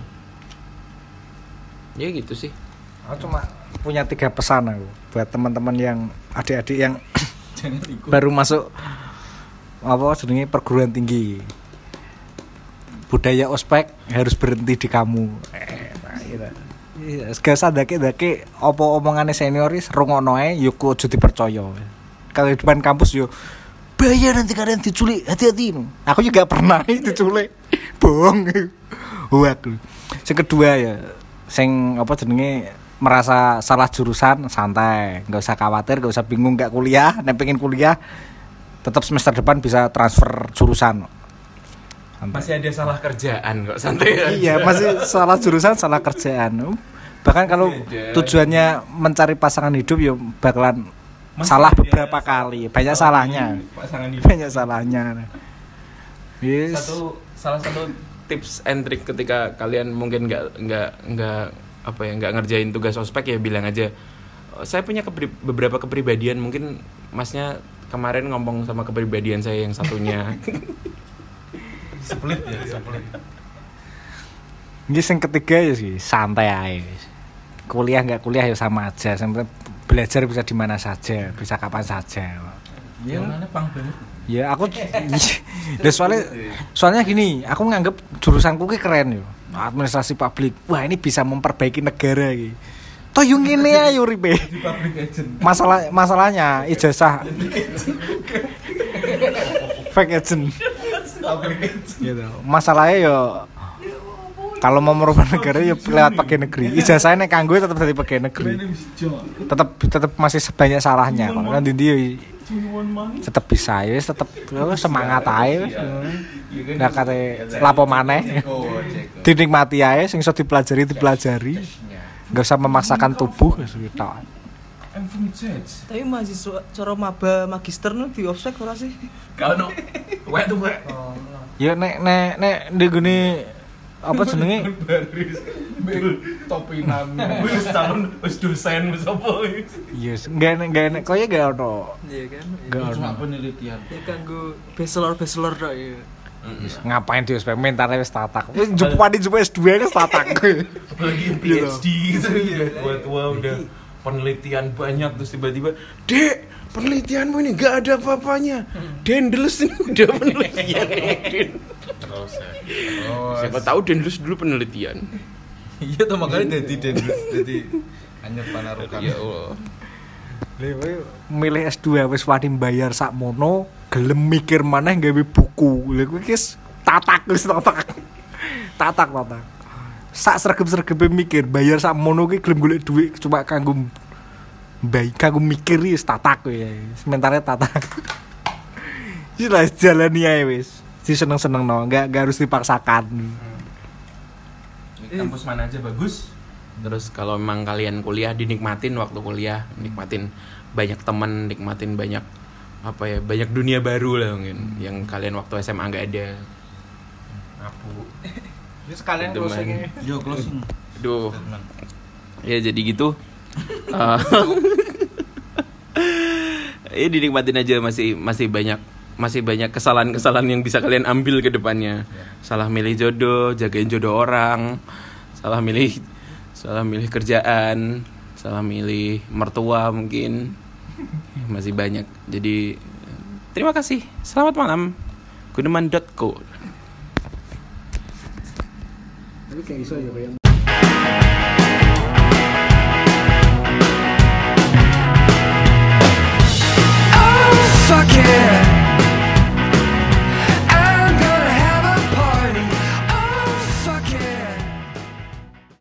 ya gitu sih. Aku cuma punya tiga pesan aku buat teman-teman yang adik-adik yang baru masuk apa jenenge perguruan tinggi. Budaya ospek harus berhenti di kamu. Eh, nah, gitu. Iya, gak usah dake-dake apa omongane senioris rungono ae yo kudu dipercaya. Kalau di depan kampus yo bahaya nanti kalian diculik, hati-hati. Aku juga pernah diculik. Bohong. Wah. Sing kedua ya sing apa jenenge merasa salah jurusan santai, nggak usah khawatir, nggak usah bingung nggak kuliah, nek pengen kuliah tetap semester depan bisa transfer jurusan. Santai. Masih ada salah kerjaan kok santai aja. Iya, masih salah jurusan, salah kerjaan. Bahkan kalau tujuannya mencari pasangan hidup ya bakalan masih salah beberapa kali, banyak salahnya. Pasangan hidup. Banyak salahnya. Yes. Satu salah satu tips and trick ketika kalian mungkin nggak nggak nggak apa ya nggak ngerjain tugas ospek ya bilang aja saya punya kepri- beberapa kepribadian mungkin masnya kemarin ngomong sama kepribadian saya yang satunya. Split ya, split. Ini yang ketiga ya sih santai aja. Kuliah nggak kuliah ya sama aja. Sampai belajar bisa di mana saja, bisa kapan saja. Ya. Mana pang banget. Ya aku ya, soalnya soalnya gini, aku nganggep jurusanku ki keren yo. Administrasi publik. Wah, ini bisa memperbaiki negara iki. Toh yo ngene ae uripe. Masalah masalahnya ijazah fake agent. Gitu. Masalahnya yo kalau mau merubah negara ya lewat pegawai negeri. Ijazahnya nek kanggo tetap dari pegawai negeri. Tetap tetap masih sebanyak salahnya. Kalau kan ndi tetap bisa ya, tetap semangat ae wis. Ndak kate lapo maneh. Dinikmati ae sing iso dipelajari dipelajari. Enggak usah memaksakan tubuh wis tok. Tapi mahasiswa cara maba magister nu di offset ora sih? Gak ono. Wek tuh wek. Ya nek nek nek ndek gini apa jenenge? Baris. Topinan. Wis calon wis dosen wis apa wis. Yes, enggak enggak enak koyo gak ono. Iya kan? Enggak Cuma ono. penelitian. Ya kanggo bachelor-bachelor tok ya. Ngapain dia eksperimentalnya wis tatak. Wis jupani jupa S dua wis tatak. Apalagi P H D gitu. Buat tua udah penelitian banyak terus tiba-tiba, "Dek, penelitianmu ini enggak ada apa-apanya. Dendels ini udah penelitian." Oh, Siapa tahu Dendels dulu penelitian. iya tuh makanya jadi dendus, jadi anyar panarukan. Ya Allah. Milih S dua wis wani bayar sakmono, gelem mikir maneh gawe buku. Lha kuwi wis tatak wis tatak. Tatak tatak. Sak sregep-sregepe mikir, bayar sakmono ki gelem golek dhuwit cuma kanggo mbay kanggo mikir wis tatak kuwi. Sementara tatak. Wis lah jalani ae wis. Si seneng-senengno, enggak enggak harus dipaksakan. Kampus mana aja bagus. Terus kalau memang kalian kuliah dinikmatin waktu kuliah, nikmatin banyak teman, nikmatin banyak apa ya, banyak dunia baru lah mungkin yang kalian waktu S M A nggak ada. Aku. Ini sekalian Teman. closing. Yo closing. Aduh. Statement. Ya jadi gitu. Eh, ya dinikmatin aja, masih masih banyak masih banyak kesalahan-kesalahan yang bisa kalian ambil ke depannya. Salah milih jodoh, jagain jodoh orang, salah milih salah milih kerjaan, salah milih mertua mungkin. Masih banyak. Jadi terima kasih. Selamat malam. guneman dot co. Tapi kayak iso ya kayak